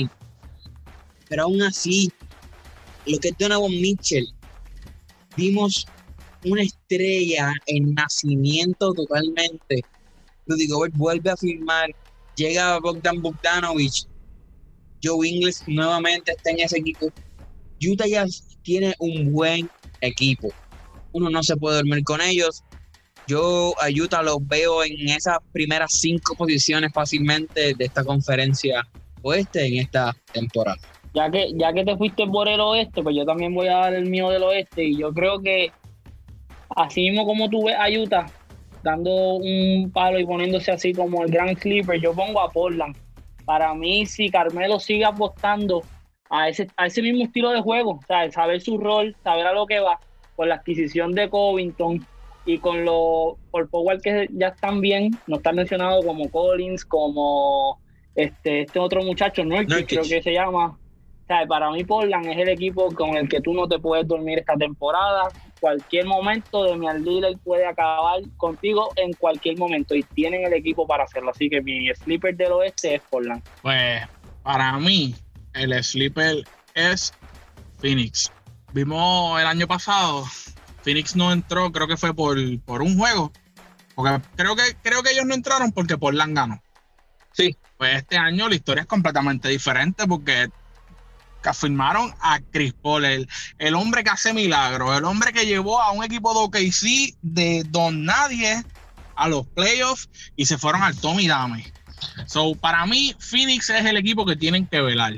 Pero aún así, lo que es Donovan Mitchell, vimos una estrella en nacimiento totalmente. Rudy Gobert vuelve a firmar, llega Bogdan Bogdanovic, Joe Ingles nuevamente está en ese equipo. Utah Jazz tiene un buen equipo, uno no se puede dormir con ellos. Yo a Utah los veo en esas primeras 5 posiciones fácilmente de esta conferencia oeste en esta temporada. Ya que te fuiste por el oeste, pues yo también voy a dar el mío del oeste y yo creo que así mismo como tú ves a Utah dando un palo y poniéndose así como el gran sleeper, yo pongo a Portland. Para mí, si Carmelo sigue apostando a ese mismo estilo de juego, o sea, saber su rol, saber a lo que va, con la adquisición de Covington y con los por Powell que ya están bien, no están mencionados como Collins, como este otro muchacho, Nurkic creo que se llama. O sea, para mí Portland es el equipo con el que tú no te puedes dormir esta temporada. Cualquier momento Damian Lillard puede acabar contigo en cualquier momento y tienen el equipo para hacerlo. Así que mi sleeper del oeste es Portland. Pues para mí el sleeper es Phoenix. Vimos el año pasado, Phoenix no entró, creo que fue por un juego. Porque creo que ellos no entraron porque Portland ganó. Sí. Pues este año la historia es completamente diferente porque firmaron a Chris Paul, el hombre que hace milagros, el hombre que llevó a un equipo de OKC de don nadie a los playoffs y se fueron al Tommy Dame. So, para mí, Phoenix es el equipo que tienen que velar.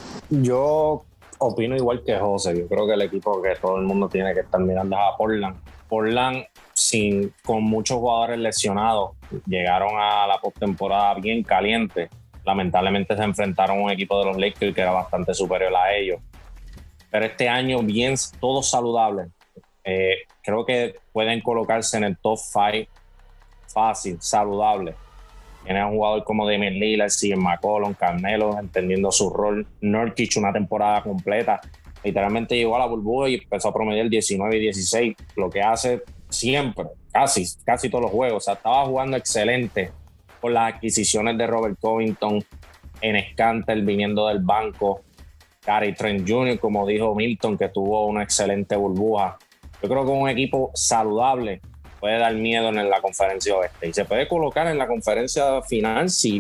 Yo opino igual que José. Yo creo que el equipo que todo el mundo tiene que estar mirando es a Portland. Portland, con muchos jugadores lesionados, llegaron a la postemporada bien caliente. Lamentablemente se enfrentaron a un equipo de los Lakers que era bastante superior a ellos. Pero este año, bien, todos saludables. Creo que pueden colocarse en el top 5 fácil, saludable. Tienen un jugador como Damian Lillard, CJ McCollum, Carmelo, entendiendo su rol. Nurkic una temporada completa. Literalmente llegó a la burbuja y empezó a promediar 19 y 16, lo que hace siempre, casi todos los juegos. O sea, estaba jugando excelente con las adquisiciones de Robert Covington, en Scanter viniendo del banco, Gary Trent Jr., como dijo Milton, que tuvo una excelente burbuja. Yo creo que un equipo saludable puede dar miedo en la conferencia oeste y se puede colocar en la conferencia final si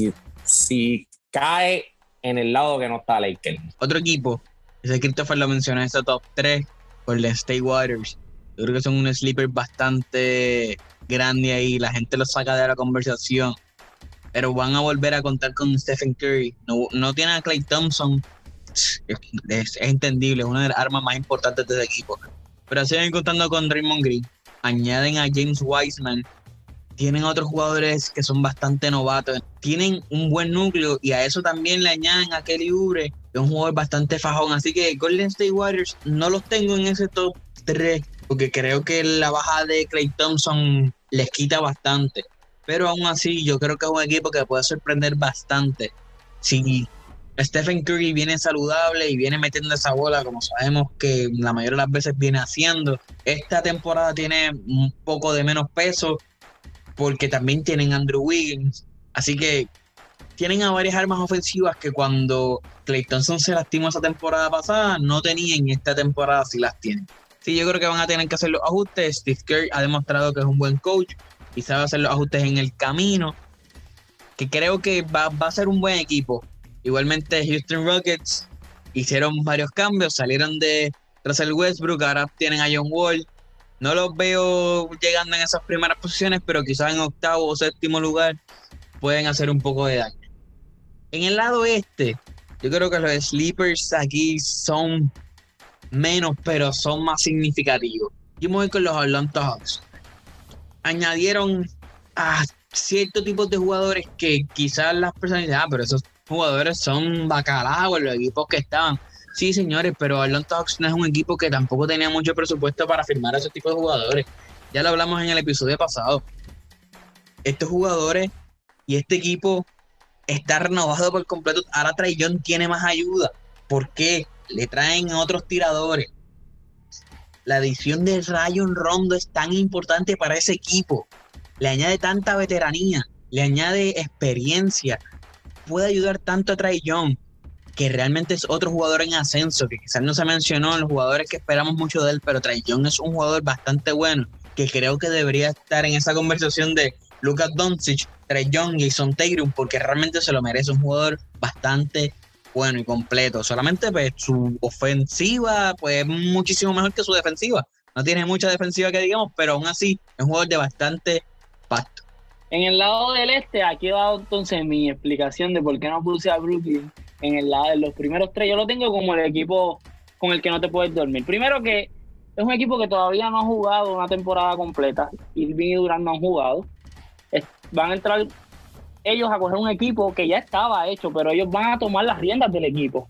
cae en el lado que no está Lakers. Otro equipo, ese Christopher lo mencionó en ese top 3, por los State Warriors. Yo creo que son un sleeper bastante grande ahí, la gente lo saca de la conversación, pero van a volver a contar con Stephen Curry. No tienen a Klay Thompson, es entendible, es una de las armas más importantes de ese equipo, pero siguen contando con Draymond Green, añaden a James Wiseman, tienen otros jugadores que son bastante novatos, tienen un buen núcleo y a eso también le añaden a Kelly Oubre, que es un jugador bastante fajón. Así que Golden State Warriors no los tengo en ese top 3 porque creo que la baja de Klay Thompson les quita bastante, pero aún así yo creo que es un equipo que puede sorprender bastante si Stephen Curry viene saludable y viene metiendo esa bola como sabemos que la mayoría de las veces viene haciendo. Esta temporada tiene un poco de menos peso porque también tienen Andrew Wiggins, así que tienen a varias armas ofensivas que cuando Klay Thompson se lastimó esa temporada pasada no tenían, y esta temporada sí las tienen. Sí, yo creo que van a tener que hacer los ajustes. Steve Kerr ha demostrado que es un buen coach y sabe hacer los ajustes en el camino, que creo que va a ser un buen equipo. Igualmente Houston Rockets hicieron varios cambios, salieron de Russell Westbrook, ahora tienen a John Wall. No los veo llegando en esas primeras posiciones, pero quizás en octavo o séptimo lugar pueden hacer un poco de daño. En el lado este, yo creo que los sleepers aquí son menos, pero son más significativos. Yo me voy con los Atlanta Hawks. Añadieron a ciertos tipos de jugadores que quizás las personas dicen, pero esos jugadores son bacalao en los equipos que estaban. Sí, señores, pero Atlanta Hawks no es un equipo que tampoco tenía mucho presupuesto para firmar a ese tipo de jugadores. Ya lo hablamos en el episodio pasado. Estos jugadores y este equipo está renovado por completo. Ahora Trae Young tiene más ayuda. ¿Por qué? Le traen otros tiradores. La adición de Rayon Rondo es tan importante para ese equipo. Le añade tanta veteranía, le añade experiencia. Puede ayudar tanto a Trae Young, que realmente es otro jugador en ascenso, que quizás no se mencionó en los jugadores que esperamos mucho de él, pero Trae Young es un jugador bastante bueno, que creo que debería estar en esa conversación de Luka Doncic, Trae Young y Jason Tatum, porque realmente se lo merece, un jugador bastante bueno y completo. Solamente pues su ofensiva pues es muchísimo mejor que su defensiva. No tiene mucha defensiva que digamos, pero aún así es un jugador de bastante pacto. En el lado del este, aquí va entonces mi explicación de por qué no puse a Brooklyn en el lado de los primeros 3. Yo lo tengo como el equipo con el que no te puedes dormir. Primero que es un equipo que todavía no ha jugado una temporada completa. Irving y Durant no han jugado. Van a entrar ellos a coger un equipo que ya estaba hecho, pero ellos van a tomar las riendas del equipo.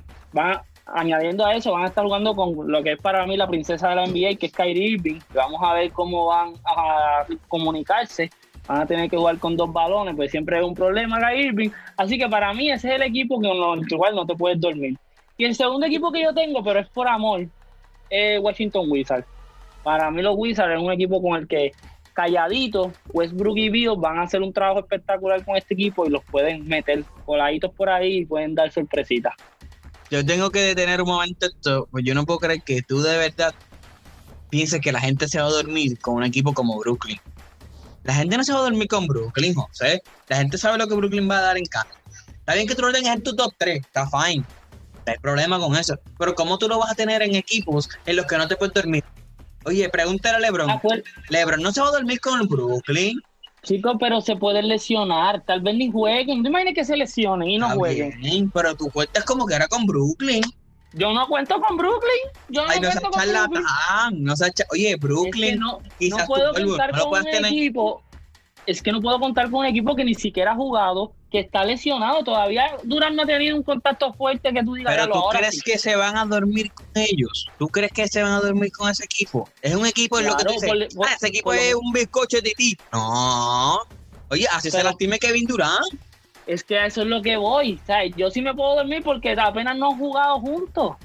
Añadiendo a eso, van a estar jugando con lo que es para mí la princesa de la NBA, que es Kyrie Irving. Vamos a ver cómo van a comunicarse. Van a tener que jugar con 2 balones, pues siempre es un problema Kyrie Irving. Así que para mí ese es el equipo con el cual no te puedes dormir. Y el segundo equipo que yo tengo, pero es por amor, es Washington Wizards. Para mí los Wizards es un equipo con el que calladitos, Westbrook y Beal van a hacer un trabajo espectacular con este equipo y los pueden meter coladitos por ahí y pueden dar sorpresitas. Yo tengo que detener un momento esto, pues yo no puedo creer que tú de verdad pienses que la gente se va a dormir con un equipo como Brooklyn. La gente no se va a dormir con Brooklyn, José. La gente sabe lo que Brooklyn va a dar en casa. Está bien que tú lo tengas en tu top 3, está fine. No hay problema con eso. Pero ¿cómo tú lo vas a tener en equipos en los que no te puedes dormir? Oye, pregúntale a LeBron. LeBron no se va a dormir con Brooklyn. Chicos, pero se pueden lesionar. Tal vez ni jueguen. ¿Tú imaginas que se lesionen y no jueguen? Bien, pero tú cuentas como que era con Brooklyn. Yo no cuento con Brooklyn. Yo no cuento con Brooklyn. No seas oye, Brooklyn. Es que no puedo contar con un equipo. Es que no puedo contar con un equipo que ni siquiera ha jugado, que está lesionado. Todavía Durant no ha tenido un contacto fuerte que tú digas. Pero tú crees que se van a dormir con ellos. ¿Tú crees que se van a dormir con ese equipo? Es un equipo en lo que tú dices, ese equipo es un bizcocho de tití. No. Oye, así se lastime Kevin Durant. Es que a eso es lo que voy, ¿sabes? Yo sí me puedo dormir porque apenas no han jugado juntos.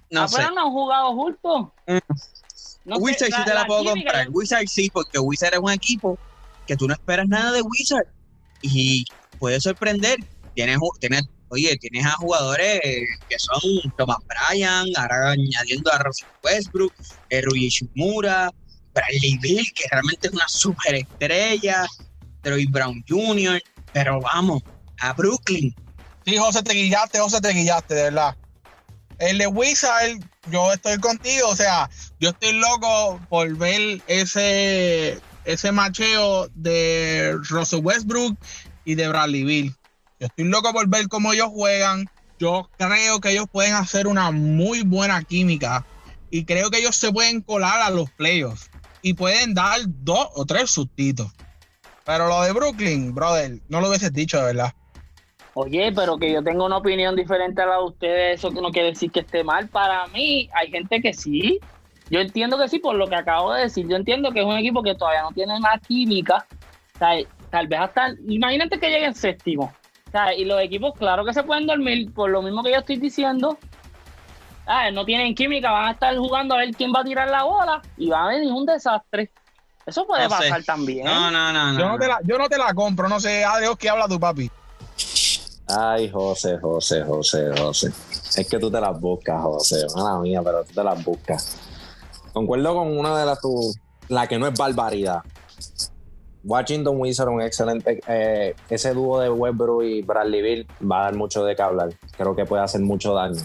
No sé. Pero no han jugado juntos. No sé, Wizards sí te la puedo química comprar. Wizards sí, porque Wizards es un equipo que tú no esperas nada de Wizards y puede sorprender. Tienes a jugadores que son Thomas Bryant, ahora añadiendo a Russell Westbrook, Rui Hachimura, Bradley Beal, que realmente es una superestrella, Troy Brown Jr., pero vamos, a Brooklyn. Sí, José, te guillaste, de verdad. El de Wizard, yo estoy contigo, o sea, yo estoy loco por ver ese macheo de Russell Westbrook y de Bradley Beal. Yo estoy loco por ver cómo ellos juegan. Yo creo que ellos pueden hacer una muy buena química y creo que ellos se pueden colar a los playoffs y pueden dar 2 o 3 sustitos. Pero lo de Brooklyn, brother, no lo hubieses dicho, de verdad. Oye, pero que yo tengo una opinión diferente a la de ustedes, eso no quiere decir que esté mal. Para mí, hay gente que sí. Yo entiendo que sí, por lo que acabo de decir. Yo entiendo que es un equipo que todavía no tiene más química. O sea, tal vez hasta... Imagínate que lleguen séptimo. O sea, y los equipos, claro que se pueden dormir, por lo mismo que yo estoy diciendo. No tienen química, van a estar jugando a ver quién va a tirar la bola y va a venir un desastre. Eso puede pasar también. No. Yo no te la compro, no sé, adiós, ¿qué habla tu papi? Ay, José. Es que tú te las buscas, José. Mala mía, pero tú te las buscas. Concuerdo con una de la que no es barbaridad. Washington Wizards, un excelente. Ese dúo de Westbrook y Bradley Beal va a dar mucho de qué hablar. Creo que puede hacer mucho daño.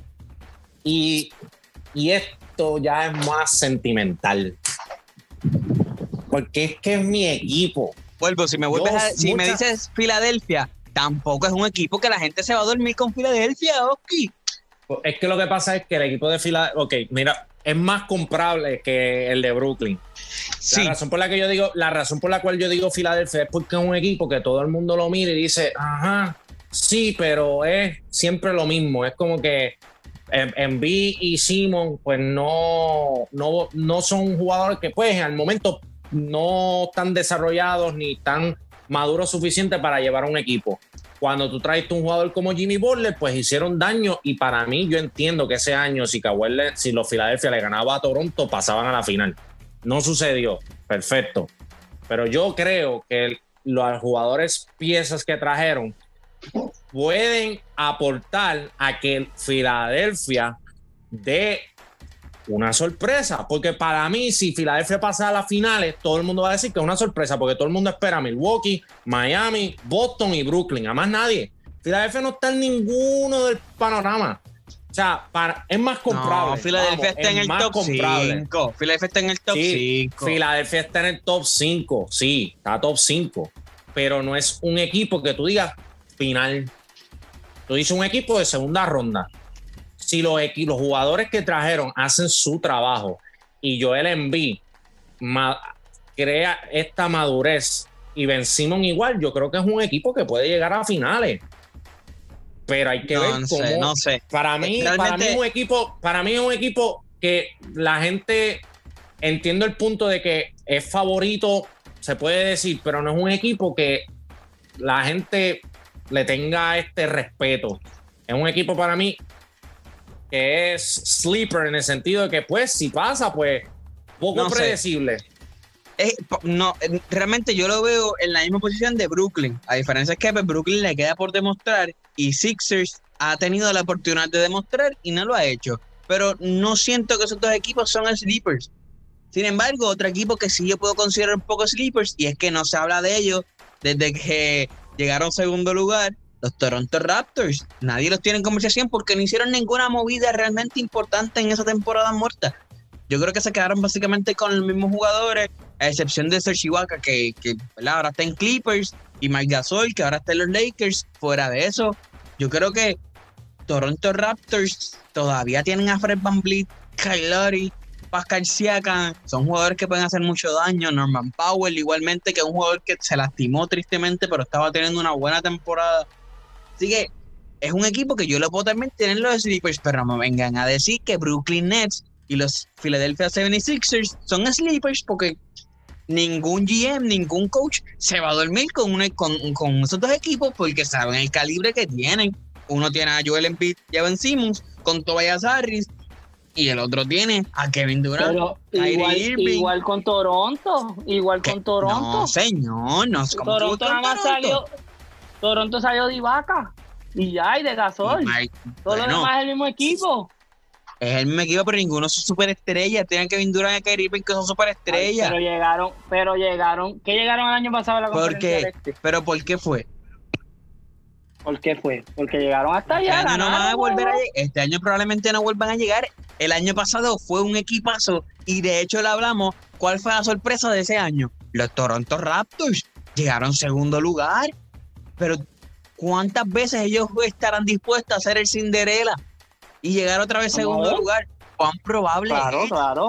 Y esto ya es más sentimental. Porque es que es mi equipo. Vuelvo, si me dices Filadelfia, tampoco es un equipo que la gente se va a dormir con Filadelfia, Oski. Es que lo que pasa es que el equipo de Filadelfia, ok, mira, es más comprable que el de Brooklyn. Sí. La razón por la cual yo digo Filadelfia es porque es un equipo que todo el mundo lo mira y dice, ajá, sí, pero es siempre lo mismo. Es como que Embiid y Simon, pues no son jugadores que, pues, al momento no están desarrollados ni tan maduros suficiente para llevar un equipo. Cuando tú traes un jugador como Jimmy Butler, pues hicieron daño y para mí yo entiendo que ese año si los Philadelphia le ganaba a Toronto pasaban a la final. No sucedió, perfecto. Pero yo creo que los jugadores piezas que trajeron pueden aportar a que Filadelfia dé una sorpresa, porque para mí si Filadelfia pasa a las finales todo el mundo va a decir que es una sorpresa porque todo el mundo espera Milwaukee, Miami, Boston y Brooklyn, a más nadie. Filadelfia no está en ninguno del panorama, o sea, es más comprable. No, Filadelfia está en el top 5. Filadelfia está en el top 5. Filadelfia está en el top 5, sí, está top 5, pero no es un equipo que tú digas final. Tú dices un equipo de segunda ronda. Si los jugadores que trajeron hacen su trabajo y Joel Embiid crea esta madurez y Ben Simmons igual, yo creo que es un equipo que puede llegar a finales. Pero hay que ver cómo. No sé. Para mí es un equipo que la gente, entiendo el punto de que es favorito, se puede decir, pero no es un equipo que la gente le tenga este respeto. Es un equipo para mí que es sleeper en el sentido de que, pues, si pasa, pues, poco predecible. Realmente yo lo veo en la misma posición de Brooklyn. A diferencia es que pues, Brooklyn le queda por demostrar y Sixers ha tenido la oportunidad de demostrar y no lo ha hecho. Pero no siento que esos dos equipos son sleepers. Sin embargo, otro equipo que sí yo puedo considerar un poco sleepers y es que no se habla de ellos desde que llegaron segundo lugar, los Toronto Raptors. Nadie los tiene en conversación porque no hicieron ninguna movida realmente importante en esa temporada muerta. Yo creo que se quedaron básicamente con los mismos jugadores, a excepción de Serge Ibaka, que ahora está en Clippers, y Mike Gasol, que ahora está en los Lakers. Fuera de eso, yo creo que Toronto Raptors todavía tienen a Fred VanVleet, Kyle Lowry, Pascal Siakam. Son jugadores que pueden hacer mucho daño. Norman Powell igualmente, que es un jugador que se lastimó tristemente, pero estaba teniendo una buena temporada. Así que es un equipo que yo lo puedo también tener en los sleepers, pero no me vengan a decir que Brooklyn Nets y los Philadelphia 76ers son sleepers porque ningún GM, ningún coach se va a dormir con esos dos equipos porque saben el calibre que tienen. Uno tiene a Joel Embiid y a Ben Simmons con Tobias Harris Y el otro tiene a Kevin Durant. Pero Kyrie Irving. igual con Toronto. Igual ¿Qué? con Toronto. No, señor. No sé cómo Toronto nada más salió. Toronto salió de Ibaka. Y ya, y de Gasol. Todo lo demás es el mismo equipo. Es el mismo equipo, pero ninguno son superestrellas. Tienen que Kevin Durant y Kyrie Irving, que son superestrellas. Pero llegaron. ¿Qué llegaron el año pasado a la conferencia del Este? ¿Pero por qué fue? ¿Por qué fue? Porque llegaron hasta allá. Este año no van a volver a llegar. Este año probablemente no vuelvan a llegar. El año pasado fue un equipazo y de hecho le hablamos. ¿Cuál fue la sorpresa de ese año? Los Toronto Raptors llegaron segundo lugar. Pero ¿cuántas veces ellos estarán dispuestos a hacer el Cinderella y llegar otra vez segundo lugar? ¿Cuán probable es?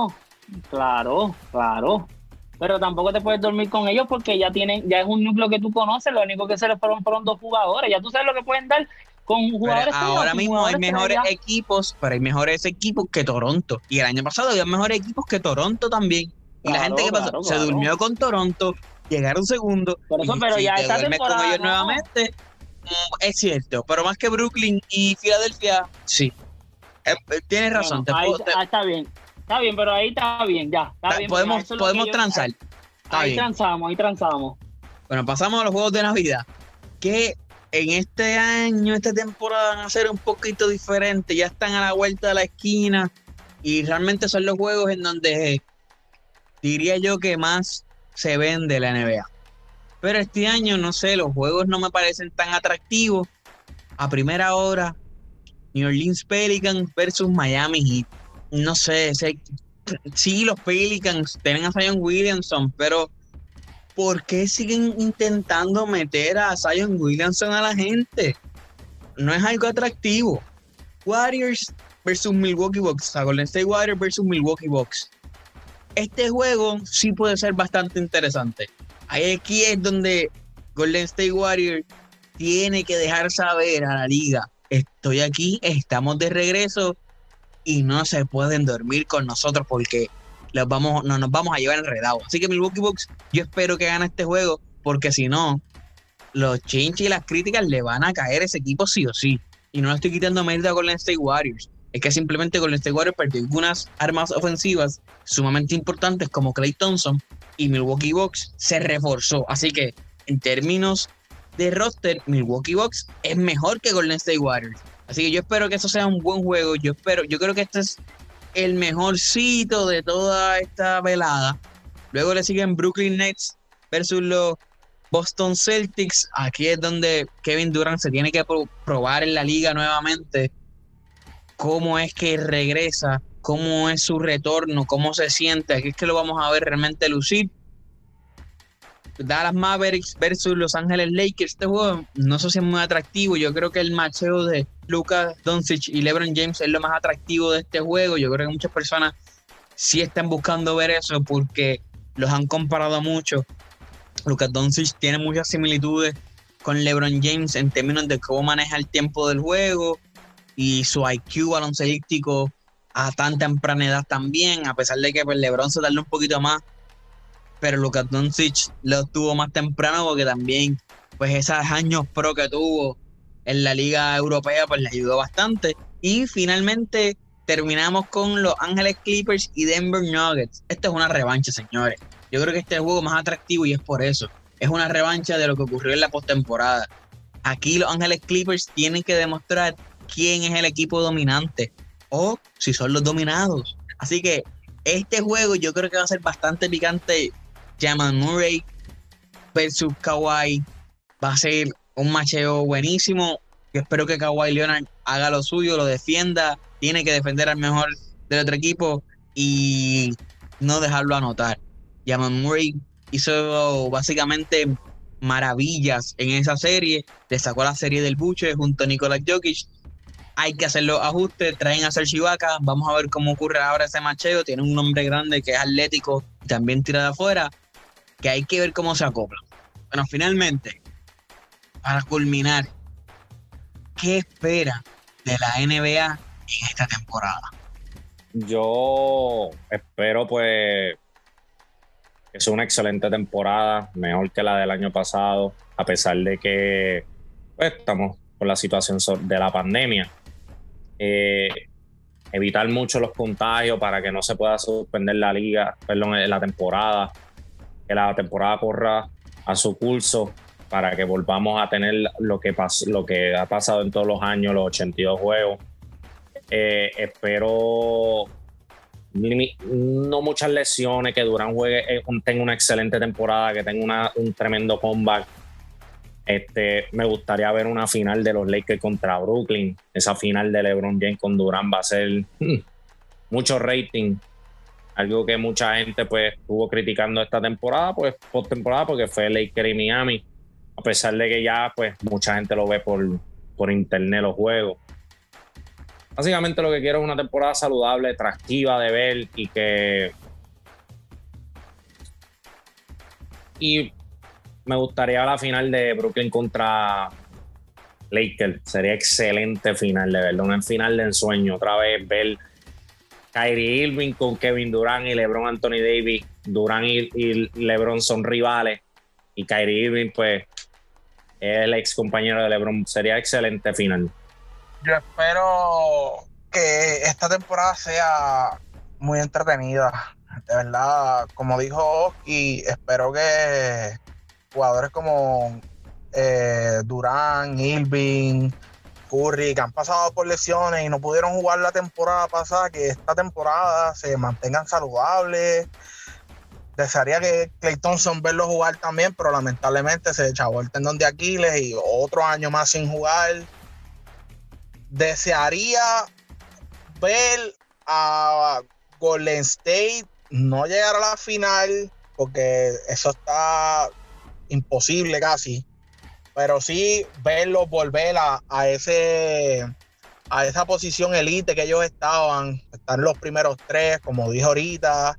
Claro. Pero tampoco te puedes dormir con ellos porque ya es un núcleo que tú conoces. Lo único que se les fueron 2 jugadores. Ya tú sabes lo que pueden dar con jugadores. Pero ahora mismo hay mejores equipos, pero hay mejores equipos que Toronto. Y el año pasado había mejores equipos que Toronto también. Y la gente que pasó, se durmió con Toronto, llegaron segundo. Por eso, pero ya esta temporada con ellos nuevamente, es cierto. Pero más que Brooklyn y Filadelfia, sí. Tienes razón. Está bien. Está bien, pero ahí está bien, ya. Está bien, podemos transar. Ahí transamos. Bueno, pasamos a los juegos de Navidad. Que en este año, esta temporada van a ser un poquito diferente. Ya están a la vuelta de la esquina. Y realmente son los juegos en donde diría yo que más se vende la NBA. Pero este año, no sé, los juegos no me parecen tan atractivos. A primera hora, New Orleans Pelicans versus Miami Heat. No sé, sí, los Pelicans tienen a Zion Williamson, pero ¿por qué siguen intentando meter a Zion Williamson a la gente? No es algo atractivo. Warriors versus Milwaukee Bucks, o sea, Golden State Warriors versus Milwaukee Bucks. Este juego sí puede ser bastante interesante. Aquí es donde Golden State Warriors tiene que dejar saber a la liga: estoy aquí, estamos de regreso y no se pueden dormir con nosotros porque nos vamos a llevar enredados. Así que Milwaukee Bucks, yo espero que gane este juego, porque si no, los chinches y las críticas le van a caer a ese equipo sí o sí. Y no le estoy quitando mérito a Golden State Warriors. Es que simplemente Golden State Warriors perdió algunas armas ofensivas sumamente importantes como Klay Thompson, y Milwaukee Bucks se reforzó. Así que en términos de roster, Milwaukee Bucks es mejor que Golden State Warriors. Así que yo espero que eso sea un buen juego. Yo creo que este es el mejorcito de toda esta velada. Luego le siguen Brooklyn Nets versus los Boston Celtics. Aquí es donde Kevin Durant se tiene que probar en la liga nuevamente cómo es que regresa, cómo es su retorno, cómo se siente. Aquí es que lo vamos a ver realmente lucir. Dallas Mavericks versus Los Ángeles Lakers. Este juego no sé si es muy atractivo. Yo creo que el matcheo de Luka Doncic y LeBron James es lo más atractivo de este juego. Yo creo que muchas personas sí están buscando ver eso porque los han comparado mucho. Luka Doncic tiene muchas similitudes con LeBron James en términos de cómo maneja el tiempo del juego y su IQ baloncestístico a tan temprana edad también, a pesar de que pues, LeBron se tardó un poquito más, pero Luka Doncic lo tuvo más temprano porque también pues esos años pro que tuvo en la liga europea pues le ayudó bastante. Y finalmente terminamos con Los Ángeles Clippers y Denver Nuggets. Esta es una revancha, señores. Yo creo que este es el juego más atractivo y es por eso. Es una revancha de lo que ocurrió en la postemporada. Aquí Los Ángeles Clippers tienen que demostrar quién es el equipo dominante o si son los dominados. Así que este juego yo creo que va a ser bastante picante. Jamal Murray versus Kawhi va a ser un macheo buenísimo. Yo espero que Kawhi Leonard haga lo suyo, lo defienda. Tiene que defender al mejor del otro equipo y no dejarlo anotar. Jamal Murray hizo básicamente maravillas en esa serie. Le sacó la serie del buche junto a Nikola Jokic. Hay que hacer los ajustes, traen a Serge Ibaka. Vamos a ver cómo ocurre ahora ese macheo. Tiene un hombre grande que es atlético y también tira de afuera, que hay que ver cómo se acopla. Bueno, finalmente, para culminar, ¿qué espera de la NBA en esta temporada? Yo espero pues que sea una excelente temporada, mejor que la del año pasado, a pesar de que pues, estamos con la situación de la pandemia. evitar mucho los contagios para que no se pueda suspender la temporada, que la temporada corra a su curso para que volvamos a tener lo que ha pasado en todos los años, los 82 juegos. Espero no muchas lesiones, que Durant tenga una excelente temporada, que tenga un tremendo comeback. Me gustaría ver una final de los Lakers contra Brooklyn. Esa final de LeBron James con Durant va a ser mucho rating. Algo que mucha gente pues estuvo criticando esta temporada, pues postemporada, porque fue Lakers y Miami. A pesar de que ya pues mucha gente lo ve por internet los juegos. Básicamente lo que quiero es una temporada saludable, atractiva de ver y me gustaría la final de Brooklyn contra Lakers. Sería excelente final, de verdad. Una final de ensueño. Otra vez ver Kyrie Irving con Kevin Durant y LeBron Anthony Davis. Durant y LeBron son rivales. Y Kyrie Irving, pues, es el ex compañero de LeBron. Sería excelente final. Yo espero que esta temporada sea muy entretenida. De verdad, como dijo Oski, espero que jugadores como Durant, Irving, Curry, que han pasado por lesiones y no pudieron jugar la temporada pasada, que esta temporada se mantengan saludables. Desearía que Klay Thompson verlo jugar también, pero lamentablemente se chavó el tendón de Aquiles y otro año más sin jugar. Desearía ver a Golden State no llegar a la final, porque eso está imposible casi, pero sí verlos volver a esa posición elite que ellos estaban, estar en los primeros 3, como dije ahorita,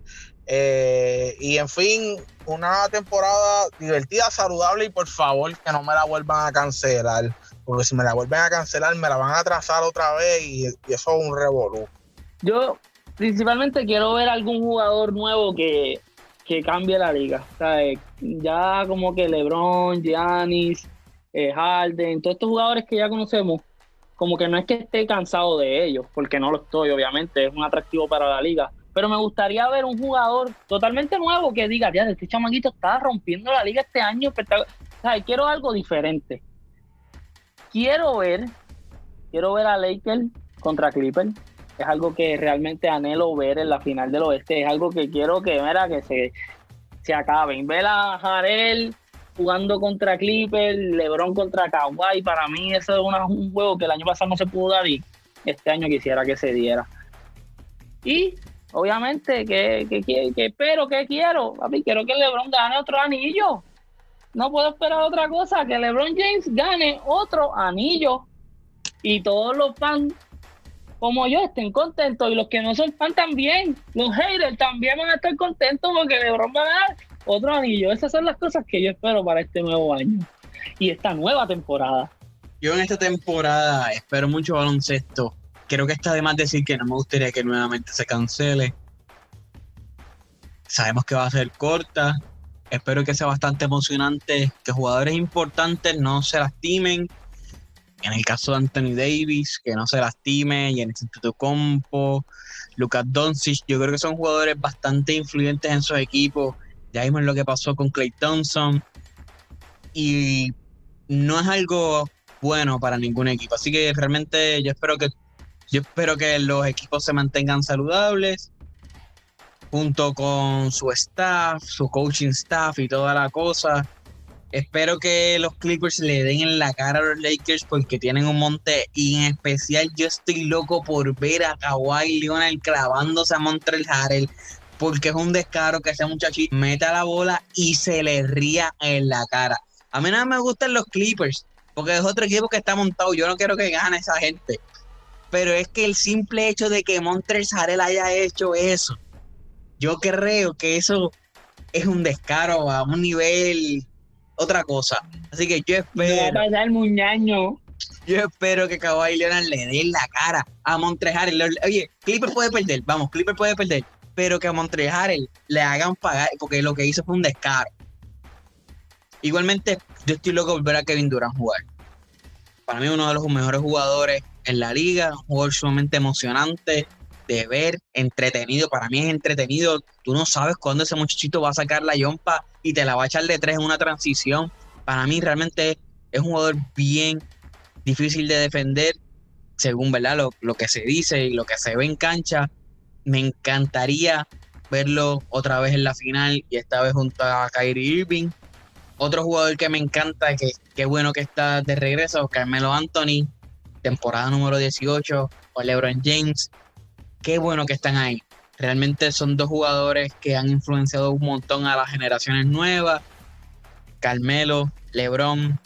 y en fin, una temporada divertida, saludable, y por favor que no me la vuelvan a cancelar, porque si me la vuelven a cancelar me la van a atrasar otra vez y eso es un revolú. Yo principalmente quiero ver algún jugador nuevo que cambie la liga, ¿sabes? Ya como que LeBron, Giannis, Harden, todos estos jugadores que ya conocemos, como que no es que esté cansado de ellos, porque no lo estoy, obviamente, es un atractivo para la liga, pero me gustaría ver un jugador totalmente nuevo que diga, ya, este chamaquito está rompiendo la liga este año, ¿sabes? Quiero algo diferente. Quiero ver a Lakers contra Clippers. Es algo que realmente anhelo ver en la final del oeste. Es algo que quiero que se acaben. Ver a Harrell jugando contra Clippers, LeBron contra Kawhi. Para mí eso es un juego que el año pasado no se pudo dar y este año quisiera que se diera. Y obviamente pero ¿qué quiero? Papi, quiero que LeBron gane otro anillo. No puedo esperar otra cosa, que LeBron James gane otro anillo y todos los fans como yo estén contentos, y los que no son fans también, los haters también van a estar contentos porque LeBron va a ganar otro anillo. Esas son las cosas que yo espero para este nuevo año y esta nueva temporada. Yo en esta temporada espero mucho baloncesto. Creo que está de más decir que no me gustaría que nuevamente se cancele. Sabemos que va a ser corta. Espero que sea bastante emocionante, que jugadores importantes no se lastimen. En el caso de Anthony Davis, que no se lastime, y en el Antetokounmpo, Luka Doncic, yo creo que son jugadores bastante influyentes en sus equipos. Ya vimos lo que pasó con Klay Thompson y no es algo bueno para ningún equipo. Así que realmente yo espero que los equipos se mantengan saludables, junto con su staff, su coaching staff y toda la cosa. Espero que los Clippers le den en la cara a los Lakers porque tienen un monte, y en especial yo estoy loco por ver a Kawhi Leonard clavándose a Montrezl Harrell, porque es un descaro que ese muchachito meta la bola y se le ría en la cara. A mí nada me gustan los Clippers porque es otro equipo que está montado, yo no quiero que gane esa gente, pero es que el simple hecho de que Montrezl Harrell haya hecho eso, yo creo que eso es un descaro a un nivel, otra cosa. Así que yo espero que Kawhi Leonard le dé la cara a Montrezl Harrell. Oye, Clipper puede perder, pero que a Montrezl Harrell le hagan pagar, porque lo que hizo fue un descaro. Igualmente, yo estoy loco por ver a Kevin Durant jugar. Para mí uno de los mejores jugadores en la liga, un jugador sumamente emocionante. de ver, entretenido. Para mí es entretenido. Tú no sabes cuándo ese muchachito va a sacar la yompa y te la va a echar de 3 en una transición. Para mí realmente es un jugador bien difícil de defender, según ¿verdad? Lo que se dice y lo que se ve en cancha. Me encantaría verlo otra vez en la final y esta vez junto a Kyrie Irving. Otro jugador que me encanta, que qué bueno que está de regreso, Carmelo Anthony, temporada número 18, o LeBron James. Qué bueno que están ahí. Realmente son dos jugadores que han influenciado un montón a las generaciones nuevas. Carmelo, LeBron,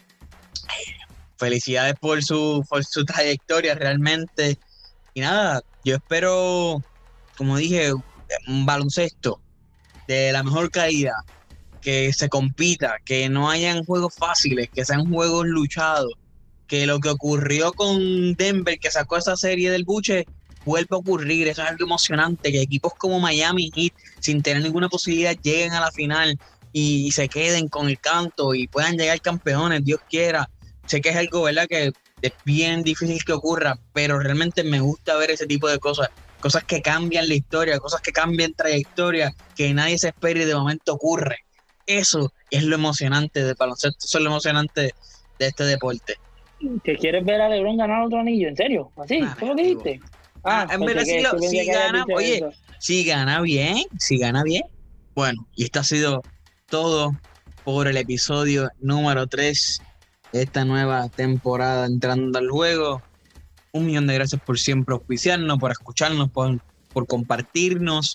felicidades por su trayectoria realmente. Y nada, yo espero, como dije, un baloncesto de la mejor calidad, que se compita, que no hayan juegos fáciles, que sean juegos luchados, que lo que ocurrió con Denver, que sacó esa serie del buche, vuelva a ocurrir. Eso es algo emocionante, que equipos como Miami Heat, sin tener ninguna posibilidad, lleguen a la final y se queden con el canto y puedan llegar campeones, Dios quiera. Sé que es algo, ¿verdad?, que es bien difícil que ocurra, pero realmente me gusta ver ese tipo de cosas que cambian la historia, cosas que cambian trayectoria, que nadie se espera y de momento ocurre. Eso es lo emocionante del baloncesto, eso es lo emocionante de este deporte. ¿Que quieres ver a LeBron ganar otro anillo? ¿En serio? ¿Así? Nah, ¿Cómo dijiste? En verdad, si gana, oye, si gana bien. Bueno, y esto ha sido todo por el episodio número 3 de esta nueva temporada entrando al juego. 1.000.000 de gracias por siempre auspiciarnos, por escucharnos, por compartirnos.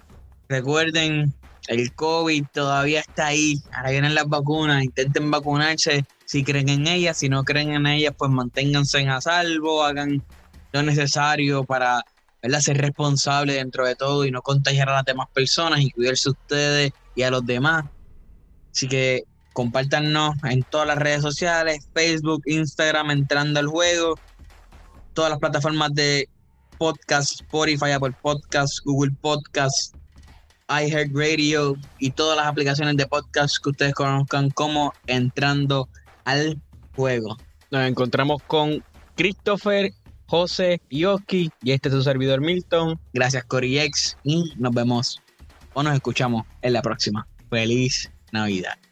Recuerden, el COVID todavía está ahí. Ahora vienen las vacunas, intenten vacunarse si creen en ellas. Si no creen en ellas, pues manténganse a salvo, hagan lo necesario para, ¿verdad?, ser responsables dentro de todo y no contagiar a las demás personas y cuidarse a ustedes y a los demás. Así que compártanos en todas las redes sociales, Facebook, Instagram, entrando al juego, todas las plataformas de podcast, Spotify, Apple Podcasts, Google Podcasts, iHeartRadio y todas las aplicaciones de podcast que ustedes conozcan como Entrando al Juego. Nos encontramos con Christopher, José y Oski, y este es tu servidor Milton. Gracias Cory X y nos vemos o nos escuchamos en la próxima. Feliz Navidad.